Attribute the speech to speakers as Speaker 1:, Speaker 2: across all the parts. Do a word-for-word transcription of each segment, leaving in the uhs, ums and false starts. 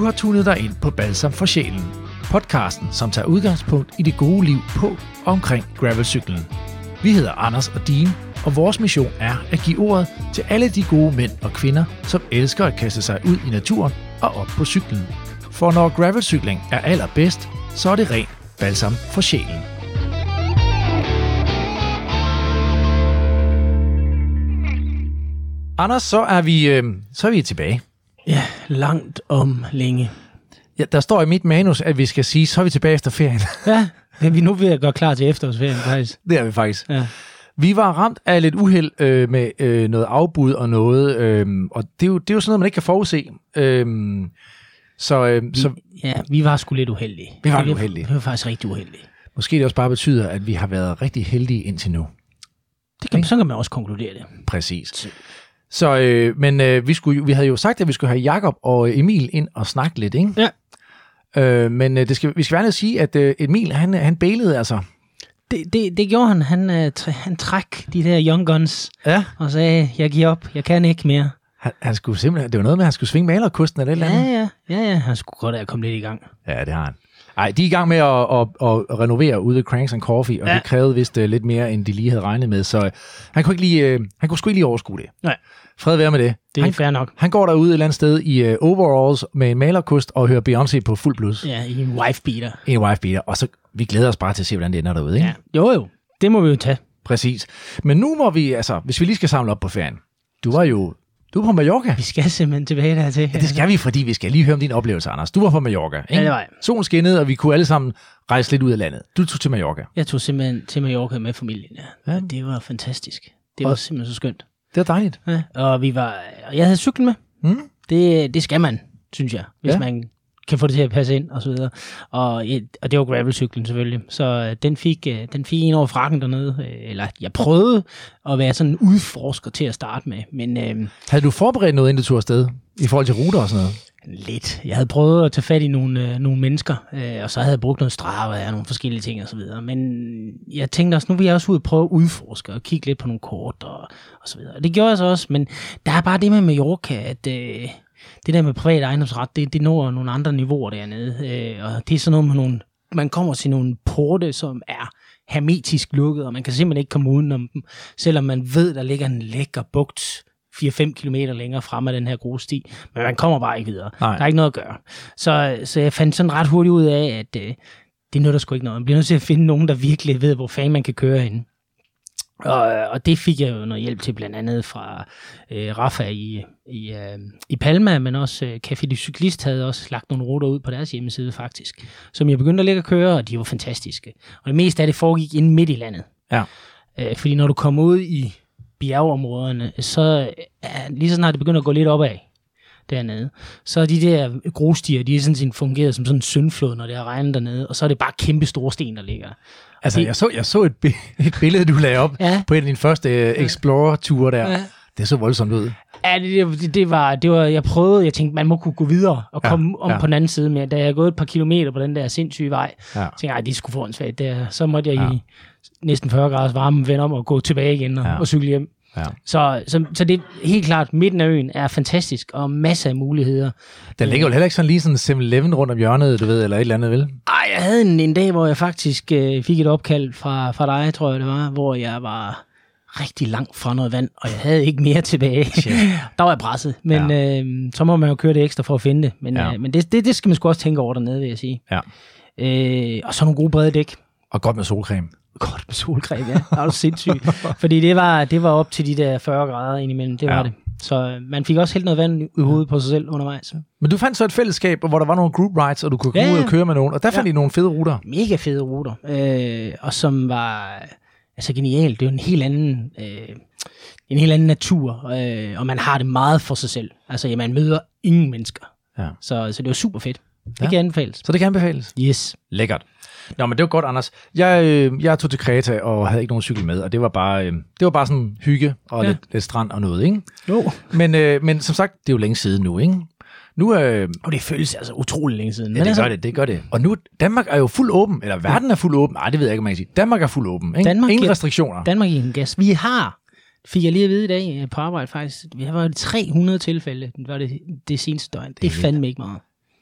Speaker 1: har tunet dig ind på Balsam for Sjælen, podcasten, som tager udgangspunkt i det gode liv på og omkring gravelcyklen. Vi hedder Anders og Dean, og vores mission er at give ordet til alle de gode mænd og kvinder, som elsker at kaste sig ud i naturen og op på cyklen. For når gravelcykling er allerbedst, så er det rent balsam for sjælen. Anders, så er vi, øh, så er vi tilbage.
Speaker 2: Ja, langt om længe.
Speaker 1: Ja, der står i mit manus, at vi skal sige, så er vi tilbage efter ferien.
Speaker 2: Ja, det er vi nu ved at gøre klar til efterårsferien, faktisk.
Speaker 1: Det er vi faktisk.
Speaker 2: Ja. Vi
Speaker 1: var ramt af lidt uheld øh, med øh, noget afbud og noget, øh, og det er, jo, det er jo sådan noget, man ikke kan forudse. Øh, så, øh,
Speaker 2: vi,
Speaker 1: så
Speaker 2: ja, vi var sgu lidt uheldige.
Speaker 1: Vi var
Speaker 2: vi,
Speaker 1: uheldige.
Speaker 2: Vi var faktisk rigtig uheldige.
Speaker 1: Måske det også bare betyder, at vi har været rigtig heldige indtil nu.
Speaker 2: Det kan, så kan man også konkludere det.
Speaker 1: Præcis. Så, øh, men øh, vi, skulle, vi havde jo sagt, at vi skulle have Jakob og Emil ind og snakke lidt, ikke?
Speaker 2: Ja.
Speaker 1: Øh, men øh, det skal, vi skal være at sige, at øh, Emil, han, han bailede altså.
Speaker 2: Det, det, det gjorde han. Han, øh, træ, han træk de der young guns
Speaker 1: ja.
Speaker 2: og sagde, jeg giver op, jeg kan ikke mere.
Speaker 1: Han, han skulle simpelthen, det var noget med, at han skulle svinge malerkosten eller et
Speaker 2: ja,
Speaker 1: eller andet.
Speaker 2: Ja, ja, ja. Han skulle godt have kommet lidt i gang.
Speaker 1: Ja, det har han. Ej, de er i gang med at, at, at renovere ude af Cranks and Coffee, og ja. Det krævede vist uh, lidt mere, end de lige havde regnet med, så uh, han kunne ikke lige, uh, han kunne sgu ikke lige overskue det.
Speaker 2: Nej.
Speaker 1: Fred være med det.
Speaker 2: Det er
Speaker 1: han,
Speaker 2: fair nok.
Speaker 1: Han går derude et eller andet sted i uh, overalls med en malerkost og hører Beyoncé på fuld blus.
Speaker 2: Ja, i en wife-beater.
Speaker 1: I en wife-beater, og så vi glæder os bare til at se, hvordan det ender derude, ikke?
Speaker 2: Ja. Jo jo, det må vi jo tage.
Speaker 1: Præcis. Men nu må vi, altså, hvis vi lige skal samle op på ferien. Du var jo Du var på Mallorca.
Speaker 2: Vi skal simpelthen tilbage dertil.
Speaker 1: Ja, det skal vi, fordi vi skal lige høre om din oplevelse, Anders. Du var på Mallorca, ikke?
Speaker 2: Ja, det var jeg.
Speaker 1: Solen skinnede, og vi kunne alle sammen rejse lidt ud af landet. Du tog til Mallorca.
Speaker 2: Jeg tog simpelthen til Mallorca med familien, ja. ja. Det var fantastisk. Det var og simpelthen så skønt.
Speaker 1: Det var dejligt.
Speaker 2: Ja, og vi var, og jeg havde cyklen med.
Speaker 1: Mm.
Speaker 2: Det, det skal man, synes jeg, hvis
Speaker 1: ja.
Speaker 2: man kan få det til at passe ind, og så videre. Og, og det var gravelcyklen selvfølgelig. Så den fik, den fik en over frakken dernede. Eller jeg prøvede at være sådan en udforsker til at starte med. Men, øh,
Speaker 1: havde du forberedt noget, inden du tog afsted? I forhold til ruter og sådan noget?
Speaker 2: Lidt. Jeg havde prøvet at tage fat i nogle, øh, nogle mennesker, øh, og så havde jeg brugt noget Strava og nogle forskellige ting og så videre. Men jeg tænkte også, nu vil jeg også ud og prøve at udforske og kigge lidt på nogle kort og, og så videre. Og det gjorde jeg så også, men der er bare det med Mallorca, at øh, det der med privat ejendomsret, det, det når nogle andre niveauer dernede. Øh, og det er sådan noget med nogle, man kommer til nogle porte, som er hermetisk lukket, og man kan simpelthen ikke komme udenom dem, selvom man ved, der ligger en lækker bugt fire til fem kilometer længere frem af den her grussti, men man kommer bare ikke videre. Nej. Der er ikke noget at gøre. Så, så jeg fandt sådan ret hurtigt ud af, at øh, det nytter sgu ikke noget. Man bliver nødt til at finde nogen, der virkelig ved, hvor fanden man kan køre henne. Og, og det fik jeg jo noget hjælp til, blandt andet fra øh, Rafa i, i, øh, i Palma, men også øh, Café du Cyklist havde også lagt nogle ruter ud på deres hjemmeside faktisk, som jeg begyndte at lægge at køre, og de var fantastiske. Og det meste af det foregik inde midt i landet.
Speaker 1: Ja.
Speaker 2: Øh, fordi når du kommer ud i bjergeområderne, så er lige så snart det begynder at gå lidt opad dernede, så er de der grusstier, de er sådan set fungeret som sådan en syndflod, når det har regnet dernede, og så er det bare kæmpe store sten, der ligger.
Speaker 1: Altså, det, jeg så, jeg så et, bi- et billede, du lagde op ja. på en af dine første uh, Explorer-ture der. Ja. Det så voldsomt ud.
Speaker 2: Ja, det, det, det, var, det var, jeg prøvede, jeg tænkte, man må kunne gå videre og ja. komme om ja. på den anden side, men da jeg er gået et par kilometer på den der sindssyge vej, ja. tænkte jeg, det er sgu forhåndsvagt. Der, så måtte jeg ja. i næsten fyrre graders varme vende om og gå tilbage igen og, ja. og cykle hjem. Ja. Så, så, så det er helt klart, midten af øen er fantastisk, og masser af muligheder.
Speaker 1: Der ligger jo heller ikke sådan lige sådan seven eleven rundt om hjørnet, du ved, eller et eller andet, vel?
Speaker 2: Ej, jeg havde en, en dag, hvor jeg faktisk øh, fik et opkald fra, fra dig, tror jeg det var, hvor jeg var rigtig langt fra noget vand, og jeg havde ikke mere tilbage. Der var jeg presset, men ja. øh, så må man jo køre det ekstra for at finde det. Men, ja. øh, men det, det, det skal man sgu også tænke over dernede, vil jeg sige. Ja. Øh, og så nogle gode brede dæk.
Speaker 1: Og godt med solcreme.
Speaker 2: Godt med solcreme, ja. Det var sindssygt. Fordi det var, det var op til de der fyrre grader indimellem, det var ja. det. Så man fik også helt noget vand i hovedet på sig selv undervejs.
Speaker 1: Men du fandt så et fællesskab, hvor der var nogle group rides, og du kunne komme ja, ud og køre med nogen, og der fandt I ja. nogle fede ruter.
Speaker 2: Mega fede ruter, øh, og som var altså genialt. Det er jo en helt anden, øh, en helt anden natur, øh, og man har det meget for sig selv. Altså, ja, man møder ingen mennesker. Ja. Så, så det var super fedt. Det ja. kan anbefales.
Speaker 1: Så det kan anbefales?
Speaker 2: Yes.
Speaker 1: Lækkert. Nå, men det var godt, Anders. Jeg, øh, jeg tog til Kreta og havde ikke nogen cykel med, og det var bare, øh, det var bare sådan hygge og ja. lidt, lidt strand og noget, ikke?
Speaker 2: Jo.
Speaker 1: Men, øh, men som sagt, det er jo længe siden nu, ikke? Nu, øh,
Speaker 2: og det føles altså utrolig længe siden.
Speaker 1: Ja, det altså, gør det, det gør det. Og nu, Danmark er jo fuld åben, eller verden er fuld åben. Nej, det ved jeg ikke, man kan sige. Danmark er fuld åben, ikke? Danmark Ingen restriktioner.
Speaker 2: Danmark giver en gas. Vi har, fik jeg lige at vide i dag på arbejde faktisk, vi har været tre hundrede tilfælde, det var det, det seneste døgn. Det, det er fandme ikke meget.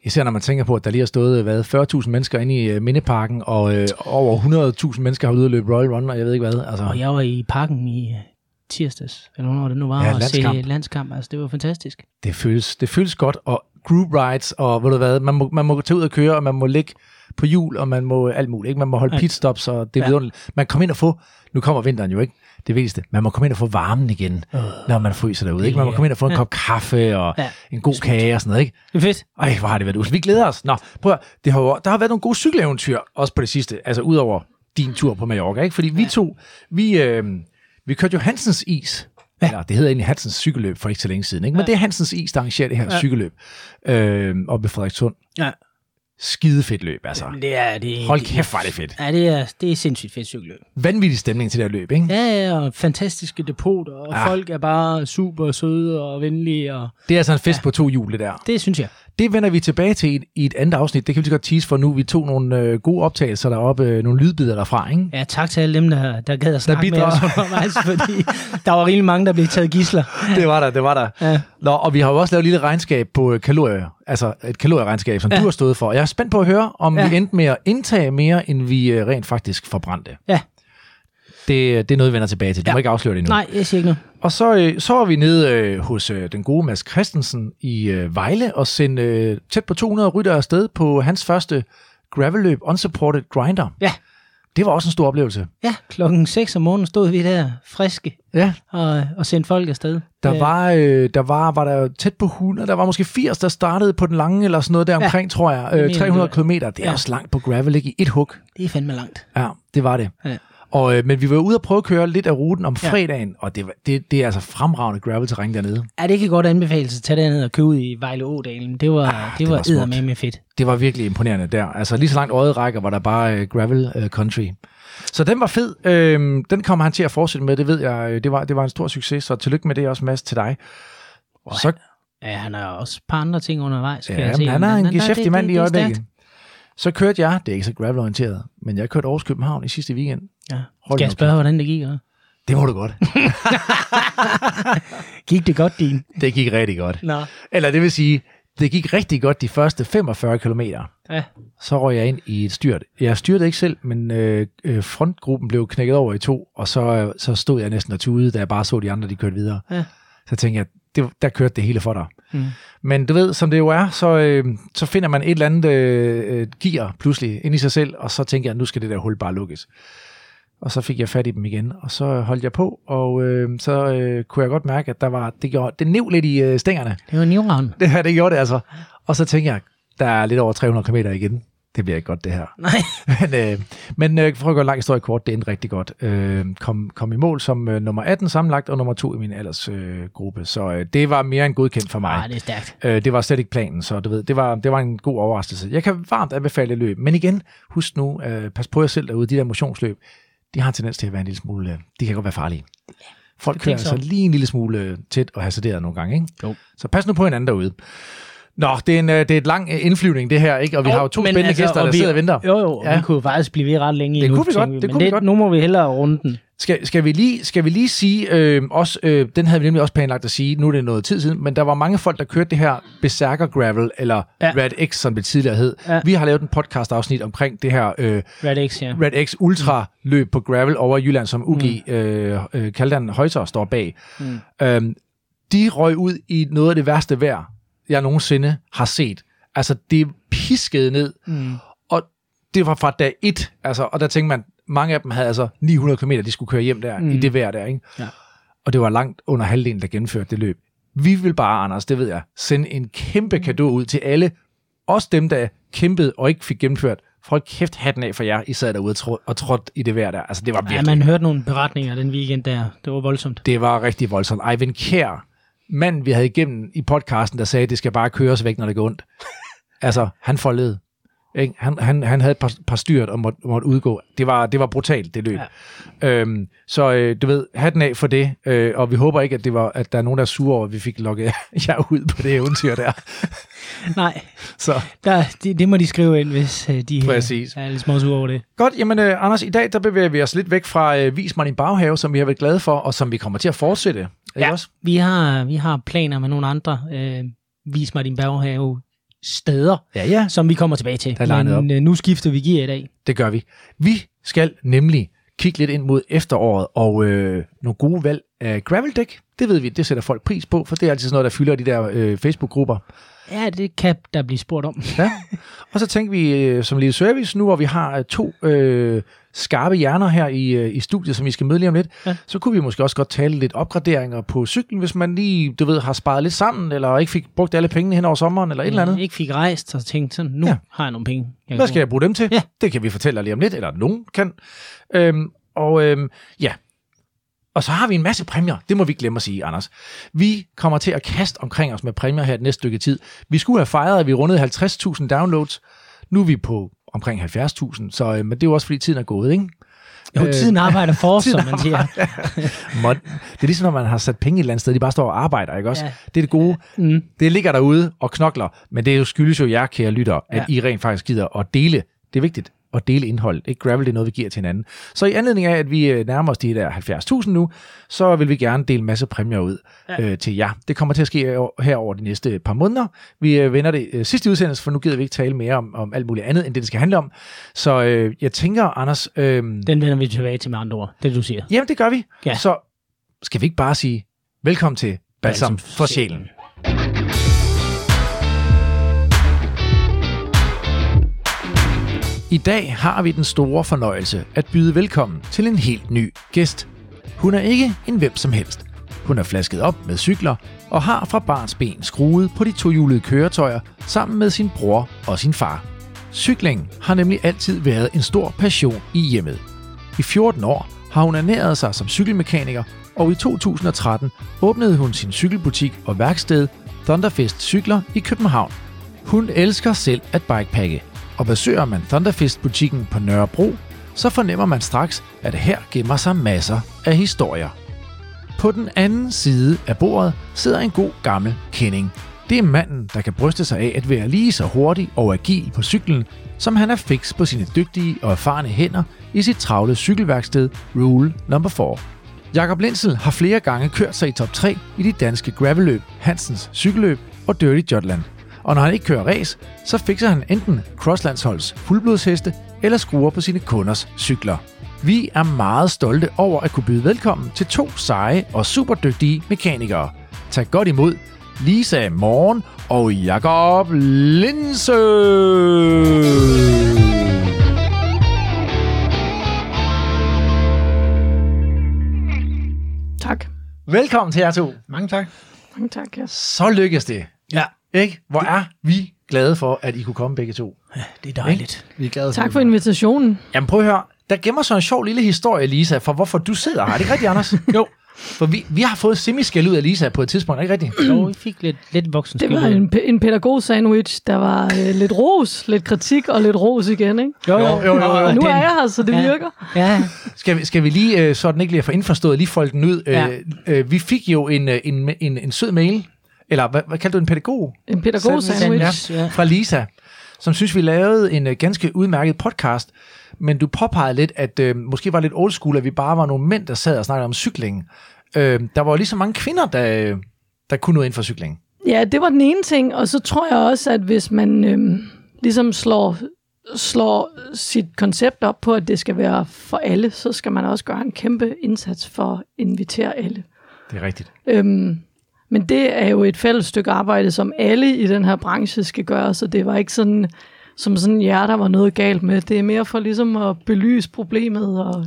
Speaker 1: Især når man tænker på, at der lige har stået hvad, fyrre tusind mennesker inde i uh, Mindeparken, og øh, over hundrede tusind mennesker har ude at løbe Royal Run, og jeg ved ikke hvad. Altså.
Speaker 2: Og jeg var i parken i tirsdags, eller hvornår det nu var,
Speaker 1: ja,
Speaker 2: og
Speaker 1: landskamp.
Speaker 2: se landskamp. Altså, det var fantastisk.
Speaker 1: Det føles, det føles godt, og group rides, og ved du hvad, man må, man må tage ud og køre, og man må ligge på hjul, og man må alt muligt, ikke? Man må holde pitstops, og det er ja. vidunderligt. Man kommer ind og få, nu kommer vinteren jo ikke, det vigtigste, man må komme ind og få varmen igen, øh, når man fryser derude, ikke? Man må komme ind og få en ja. kop kaffe, og ja. en god kage og sådan noget, ikke?
Speaker 2: Det er fedt.
Speaker 1: Ej, hvor har det været ud. Vi glæder os. Nå, prøv at, det har jo, der har været nogle gode cykeleventyr, også på det sidste, altså ud over din tur på Mallorca, ikke? Fordi vi ja. to, vi, øh, vi kørte jo Hansens Is, ja. eller det hedder egentlig Hansens Cykelløb for ikke så længe siden, ikke? Men ja. det er Hansens Is, der arrangerer det her ja. cykelløb øh, oppe ved Frederikssund. Ja. Skide fedt løb, altså.
Speaker 2: Det er, det,
Speaker 1: Hold kæft, var det fedt.
Speaker 2: Ja, det er, det er sindssygt fedt cykelløb.
Speaker 1: Vanvittig stemning til det her løb, ikke?
Speaker 2: Ja, ja, og fantastiske depoter, og ja. folk er bare super søde og venlige. Og...
Speaker 1: Det er altså en fest ja. på to hjul, det der.
Speaker 2: Det synes jeg.
Speaker 1: Det vender vi tilbage til i et, i et andet afsnit. Det kan vi lige godt tease for nu. Vi tog nogle øh, gode optagelser deroppe, øh, nogle lydbider derfra, ikke?
Speaker 2: Ja, tak til alle dem, der, der gad at snakke med os undervejs, fordi der var rigtig mange, der blev taget gidsler.
Speaker 1: Det var der, det var der. Ja. Nå, og vi har jo også lavet et lille regnskab på kalorier, altså et kalorieregnskab, som ja. du har stået for. Jeg er spændt på at høre, om ja. vi endte med at indtage mere, end vi øh, rent faktisk forbrændte. Ja. Det, det er noget, vi vender tilbage til. Du ja. må ikke afsløre det endnu.
Speaker 2: Nej, jeg siger ikke noget.
Speaker 1: Og så, øh, så var vi nede øh, hos øh, den gode Mads Christensen i øh, Vejle og sendte øh, tæt på to hundrede ryttere afsted på hans første gravelløb, Unsupported Grinder. Ja. Det var også en stor oplevelse.
Speaker 2: Ja, klokken seks om morgenen stod vi der friske ja. og, og sendte folk afsted.
Speaker 1: Der var, øh, der var, var der tæt på hundrede, der var måske firs, der startede på den lange eller sådan noget der omkring, ja. tror jeg. Øh, tre hundrede kilometer, det er ja. også langt på gravel, ikke? I et hug.
Speaker 2: Det er fandme langt.
Speaker 1: Ja, det var det. Ja. Og, øh, men vi var ude og prøve at køre lidt af ruten om fredagen, ja. og det, det, det er altså fremragende gravel-terræn dernede.
Speaker 2: Ja, det kan godt anbefales at tage derned og køre ud i Vejle Ådalen. Det var, ja, det, det var eddermame fedt.
Speaker 1: Det var virkelig imponerende der. Altså lige så langt øjet rækker, var der bare uh, gravel uh, country. Så den var fed. Øhm, den kommer han til at fortsætte med, det ved jeg. Det var, det var en stor succes, så tillykke med det også, Mads, til dig.
Speaker 2: Og så, ja, han har også et par andre ting undervejs.
Speaker 1: Ja, jeg se. han er en geschæftig mand i øjeblikket. Så kørte jeg, det er ikke så gravel-orienteret, men jeg kørte Aarhus København i sidste weekend. Ja.
Speaker 2: Skal jeg spørge, hvordan det gik? Eller?
Speaker 1: Det må du godt.
Speaker 2: Gik det godt, din?
Speaker 1: Det gik rigtig godt.
Speaker 2: Nå.
Speaker 1: Eller det vil sige, det gik rigtig godt de første femogfyrre kilometer. Ja. Så røg jeg ind i et styrt. Jeg styrte ikke selv, men øh, frontgruppen blev knækket over i to, og så, så stod jeg næsten og tudede, da jeg bare så de andre, de kørte videre. Ja. Så tænkte jeg, det, der kørte det hele for dig. Mm. Men du ved, som det jo er, så, øh, så finder man et eller andet øh, gear pludselig ind i sig selv, og så tænker jeg, nu skal det der hul bare lukkes. Og så fik jeg fat i dem igen, og så holdt jeg på, og øh, så øh, kunne jeg godt mærke, at der var, det, gjorde, det nev lidt i øh, stængerne.
Speaker 2: Det var nivravn.
Speaker 1: Det her, det gjorde det altså. Og så tænkte jeg, der er lidt over tre hundrede kilometer igen. Det bliver ikke godt, det her.
Speaker 2: Nej.
Speaker 1: men øh, men øh, for at gøre lang historie kort, det endte rigtig godt. Øh, kom, kom i mål som øh, nummer atten sammenlagt, og nummer to i min aldersgruppe. Øh, så øh, det var mere end godkendt for mig.
Speaker 2: Nej, det er stærkt.
Speaker 1: Øh, det var slet ikke planen, så du ved, det var, det var en god overraskelse. Jeg kan varmt anbefale løb. Men igen, husk nu, øh, pas på jer selv derude, de der motionsløb, de har en tendens til at være en lille smule, øh, de kan godt være farlige. Folk kører altså lige en lille smule tæt og hasarderet nogle gange, ikke? Jo. Så pas nu på hinanden derude. Nå, det er, en, det er et lang indflyvning, det her, ikke? Og vi oh, har jo to spændende altså, gæster, der vi, sidder og venter.
Speaker 2: Jo, jo, ja. Vi kunne faktisk blive ved ret længe
Speaker 1: det
Speaker 2: endnu.
Speaker 1: Kunne vi godt, det
Speaker 2: men
Speaker 1: kunne
Speaker 2: det,
Speaker 1: vi godt.
Speaker 2: Nu må vi hellere runde den.
Speaker 1: Skal, skal, vi lige, skal vi lige sige, øh, også, øh, den havde vi nemlig også planlagt at sige, nu er det noget tid siden, men der var mange folk, der kørte det her Berserker Gravel, eller ja. Red X, som det tidligere hed. Ja. Vi har lavet en podcast-afsnit omkring det her øh,
Speaker 2: Red X, ja.
Speaker 1: Red X Ultra-løb på Gravel over i Jylland, som U G mm. øh, øh, Kaldan Højser står bag. Mm. Øhm, de røg ud i noget af det værste vejr, jeg nogensinde har set. Altså, det piskede ned, mm. og det var fra dag et, altså, og der tænkte man, mange af dem havde altså ni hundrede kilometer, de skulle køre hjem der, mm. i det vejr der, ikke? Ja. Og det var langt under halvdelen, der gennemførte det løb. Vi vil bare, Anders, det ved jeg, sende en kæmpe cadeau ud til alle, også dem, der kæmpede og ikke fik gennemført. Folk kæft hatten af for jer, I sad derude og, tråd, og trådte i det vejr der. Altså, det var virkelig.
Speaker 2: Ja, man hørte nogle beretninger den weekend der. Det var voldsomt.
Speaker 1: Det var rigtig voldsomt. Eivind Kjær, mand, vi havde igennem i podcasten, der sagde, at det skal bare køres væk, når det går ondt. Altså, han foldede. Ikke? Han, han, han havde et par, par styrt og måtte, måtte udgå. Det var, det var brutalt, det løb. Ja. Øhm, så øh, du ved, hatten af for det, øh, og vi håber ikke, at, det var, at der er nogen, der er sure over, at vi fik lukket jer ud på det eventyr der.
Speaker 2: Nej, så. Der, det, det må de skrive ind, hvis de
Speaker 1: Præcis.
Speaker 2: er lidt små sure over det.
Speaker 1: Godt, jamen øh, Anders, i dag der bevæger vi os lidt væk fra øh, Vis mig din baghave, som vi har været glade for, og som vi kommer til at fortsætte. Ikke
Speaker 2: ja,
Speaker 1: også?
Speaker 2: Vi, har, vi har planer med nogle andre øh, Vis mig din baghave steder,
Speaker 1: Ja, ja.
Speaker 2: som vi kommer tilbage til.
Speaker 1: Der
Speaker 2: Men øh, nu skifter vi gear i dag.
Speaker 1: Det gør vi. Vi skal nemlig kigge lidt ind mod efteråret, og øh, nogle gode valg af graveldæk. Det ved vi, det sætter folk pris på, for det er altid sådan noget, der fylder de der øh, Facebook-grupper.
Speaker 2: Ja, det kan der blive spurgt om.
Speaker 1: Ja. Og så tænker vi øh, som lille service nu, hvor vi har øh, to øh, skarpe hjerner her i, øh, i studiet, som vi skal møde lige om lidt, ja. Så kunne vi måske også godt tale lidt opgraderinger på cyklen, hvis man lige, du ved, har sparet lidt sammen, eller ikke fik brugt alle pengene hen over sommeren, eller et eller andet.
Speaker 2: Ikke fik rejst og tænkt sådan, nu ja. har jeg nogle penge. Jeg
Speaker 1: Hvad skal jeg bruge dem til? Ja. Det kan vi fortælle dig lige om lidt, eller nogen kan. Øhm, og øhm, ja, og så har vi en masse præmier. Det må vi glemme at sige, Anders. Vi kommer til at kaste omkring os med præmier her det næste stykke tid. Vi skulle have fejret, at vi rundede halvtreds tusind downloads. Nu er vi på omkring halvfjerds tusind, så øh, men det er jo også fordi tiden er gået, ikke?
Speaker 2: Jo, tiden arbejder for os, som man siger.
Speaker 1: Det er ligesom, når man har sat penge et eller andet sted, de bare står og arbejder, ikke også? Ja. Det er det gode.
Speaker 2: Mm.
Speaker 1: Det ligger derude og knokler, men det er jo skyldes jo jer, kære lytter, at ja. I rent faktisk gider at dele. Det er vigtigt at dele indhold. Ikke gravel, det er noget, vi giver til hinanden. Så i anledning af, at vi nærmer os de der halvfjerds tusind nu, så vil vi gerne dele en masse præmier ud ja. øh, til jer. Det kommer til at ske her over de næste par måneder. Vi øh, vender det øh, sidste udsendelse, for nu gider vi ikke tale mere om, om alt muligt andet, end det, det skal handle om. Så øh, jeg tænker, Anders... Øh,
Speaker 2: Den vender vi tilbage til med andre ord, det du siger.
Speaker 1: Jamen, det gør vi.
Speaker 2: Ja.
Speaker 1: Så skal vi ikke bare sige velkommen til Balsam for sjælen. I dag har vi den store fornøjelse at byde velkommen til en helt ny gæst. Hun er ikke en hvem som helst. Hun er flasket op med cykler og har fra barns ben skruet på de tohjulede køretøjer sammen med sin bror og sin far. Cykling har nemlig altid været en stor passion i hjemmet. I fjorten år har hun ernæret sig som cykelmekaniker, og i to tusind og tretten åbnede hun sin cykelbutik og værksted Thunderfist Cykler i København. Hun elsker selv at bikepacke. Og besøger man Thunderfist-butikken på Nørrebro, så fornemmer man straks, at her gemmer sig masser af historier. På den anden side af bordet sidder en god gammel kending. Det er manden, der kan bryste sig af at være lige så hurtig og agil på cyklen, som han er fix på sine dygtige og erfarne hænder i sit travle cykelværksted Rule number fire. Jakob Lindsel har flere gange kørt sig i top tre i de danske gravelløb, Hansens cykelløb og Dirty Jutland. Og når han ikke kører race, så fikser han enten crosslandsholds fuldblodsheste eller skruer på sine kunders cykler. Vi er meget stolte over at kunne byde velkommen til to seje og superdygtige mekanikere. Tag godt imod Lisa Morgen og Jakob Lindsel.
Speaker 3: Tak.
Speaker 1: Velkommen til jer to.
Speaker 2: Mange tak.
Speaker 3: Mange tak, ja.
Speaker 1: Så lykkes det.
Speaker 2: Ja.
Speaker 1: Ikke? Hvor er vi glade for, at I kunne komme begge to.
Speaker 2: Ja, det er dejligt.
Speaker 1: Vi er glade
Speaker 3: Tak for invitationen.
Speaker 1: Jamen prøv at høre. Der gemmer så en sjov lille historie, Lisa, for hvorfor du sidder her. Er det ikke rigtigt, Anders? Jo. For vi, vi har fået semiskæld ud af Lisa på et tidspunkt, er det ikke rigtigt?
Speaker 2: Jo, vi fik lidt, lidt voksenskæld.
Speaker 3: Det var en, en pædagog-sandwich. Der var øh, lidt ros, lidt kritik og lidt ros igen, ikke?
Speaker 1: Jo, jo, jo. jo, jo.
Speaker 3: Og nu
Speaker 2: den,
Speaker 3: er jeg her, så det
Speaker 2: ja,
Speaker 3: virker.
Speaker 2: Ja.
Speaker 1: Skal vi, skal vi lige, øh, så den ikke lige for indforstået, lige folde den ud.
Speaker 2: Ja.
Speaker 1: Øh, øh, vi fik jo en, en, en, en sød mail, eller hvad, hvad kaldte du en pædagog?
Speaker 3: En pædagog-sandwich.
Speaker 1: Ja, fra Lisa, som synes, vi lavede en uh, ganske udmærket podcast, men du påpegede lidt, at øh, måske var lidt old school, at vi bare var nogle mænd, der sad og snakkede om cykling. Øh, der var lige så mange kvinder, der, der kunne noget inden for cykling.
Speaker 3: Ja, det var den ene ting, og så tror jeg også, at hvis man øh, ligesom slår, slår sit koncept op på, at det skal være for alle, så skal man også gøre en kæmpe indsats for at invitere alle.
Speaker 1: Det er rigtigt.
Speaker 3: Øhm, men det er jo et fælles stykke arbejde, som alle i den her branche skal gøre, så det var ikke sådan, som sådan ja, der var noget galt med. Det er mere for ligesom at belyse problemet. Og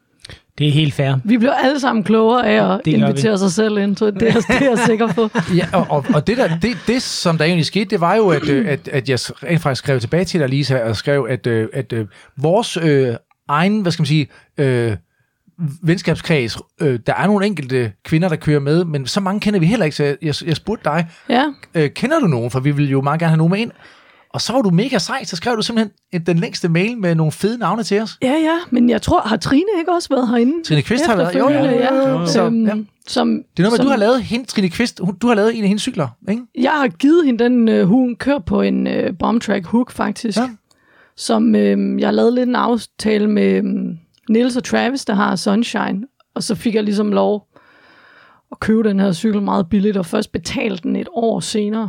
Speaker 2: det er helt fair.
Speaker 3: Vi bliver alle sammen klogere af at invitere sig selv ind, så det er, det er jeg sikker på.
Speaker 1: Ja, og, og, og det, der, det, det, som der egentlig skete, det var jo, at, at, at jeg rent faktisk skrev tilbage til dig, Lisa, og skrev, at, at, at vores øh, egen, hvad skal man sige, øh, venskabskreds, øh, der er nogle enkelte kvinder, der kører med, men så mange kender vi heller ikke, så jeg, jeg, jeg spurgte dig,
Speaker 3: ja.
Speaker 1: øh, kender du nogen, for vi vil jo meget gerne have nogen med ind, og så var du mega sej, så skrev du simpelthen den længste mail med nogle fede navne til os.
Speaker 3: Ja, ja, men jeg tror, har Trine ikke også været herinde?
Speaker 1: Trine Kvist har været, jo, jo, jo.
Speaker 3: Ja. Så, øhm,
Speaker 1: ja.
Speaker 3: Som,
Speaker 1: det er noget med,
Speaker 3: som,
Speaker 1: du har lavet hende, Trine Kvist, du har lavet en af hendes cykler, ikke?
Speaker 3: Jeg har givet hende den, øh, hun kører på en øh, Bombtrack Hook faktisk, ja. som øh, jeg lavede lidt en aftale med øh, Niels og Travis, der har Sunshine, og så fik jeg ligesom lov at købe den her cykel meget billigt, og først betale den et år senere.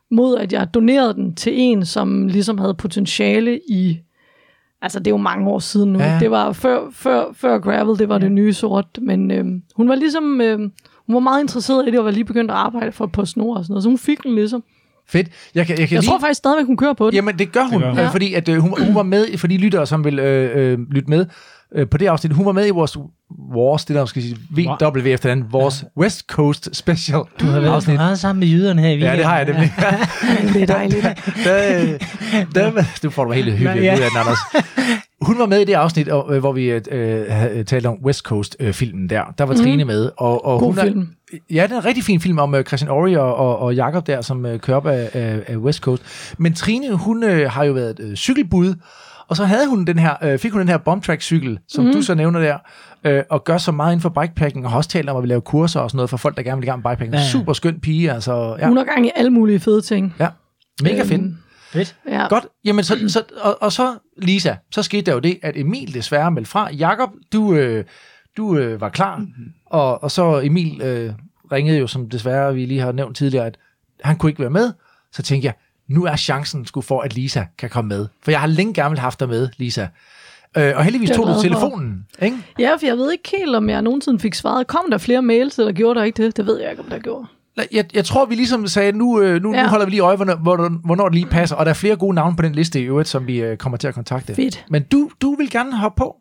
Speaker 3: mod at jeg donerede den til en, som ligesom havde potentiale i, altså det er jo mange år siden nu, ja. Det var før, før, før gravel, det var ja. det nye sort, men øh, hun var ligesom, øh, hun var meget interesseret i det, og var lige begyndt at arbejde for PostNord og sådan noget, så hun fik den ligesom.
Speaker 1: Fedt. Jeg, kan, jeg, kan
Speaker 3: jeg
Speaker 1: lige...
Speaker 3: tror faktisk stadigvæk, hun kører på det.
Speaker 1: Jamen, det gør hun, det gør. Øh, fordi at, øh, hun, hun var med, for de lyttere, som vil øh, øh, lytte med øh, på det afsnit, hun var med i vores, vores det der skal sige, V W efter den, vores ja. West Coast Special.
Speaker 2: Du har været afsnit. meget sammen med jyderne her i weekenden.
Speaker 1: Ja, det har jeg nemlig.
Speaker 3: Ja. Det er dejligt.
Speaker 1: der, der, du får du helt hyggeligt ja. ud af den, Anders. Hun var med i det afsnit, øh, hvor vi øh, talte om West Coast-filmen øh, der. Der var Trine mm. med. Og, og
Speaker 3: God
Speaker 1: hun er,
Speaker 3: film.
Speaker 1: Ja, det er en rigtig fin film om uh, Christian Ory og, og, og Jakob der, som uh, kører op af, af, af West Coast. Men Trine, hun uh, har jo været uh, cykelbud, og så havde hun den her, uh, fik hun den her Bombtrack-cykel, som mm. du så nævner der, uh, og gør så meget inden for bikepacking, og har også talt om, at vi laver kurser og sådan noget for folk, der gerne vil i gang med bikepacking. Ja, ja. Super skøn pige, altså. Ja.
Speaker 3: Hun har gang i alle mulige fede ting.
Speaker 1: Ja, mega fedt.
Speaker 3: Øhm,
Speaker 2: fedt.
Speaker 3: Ja.
Speaker 1: Godt, jamen så, så og, og så, Lisa, så skete der jo det, at Emil desværre meldte fra. Jakob, du, øh, du øh, var klar, mm-hmm. og, og så Emil... Øh, ringede jo, som desværre vi lige har nævnt tidligere, at han kunne ikke være med. Så tænkte jeg, nu er chancen sgu for, at Lisa kan komme med. For jeg har længe gerne vil haft dig med, Lisa. Øh, og heldigvis tog du telefonen, ikke?
Speaker 3: Ja, for jeg ved ikke helt, om jeg nogensinde fik svaret. Kom der flere mails, eller gjorde der ikke det? Det ved jeg ikke, om der gjorde.
Speaker 1: Jeg, jeg tror, vi ligesom sagde, nu, øh, nu, ja. nu holder vi lige øje, hvornår, hvornår det lige passer. Og der er flere gode navne på den liste i øvrigt, som vi øh, kommer til at kontakte.
Speaker 3: Fedt.
Speaker 1: Men du, du vil gerne hoppe på?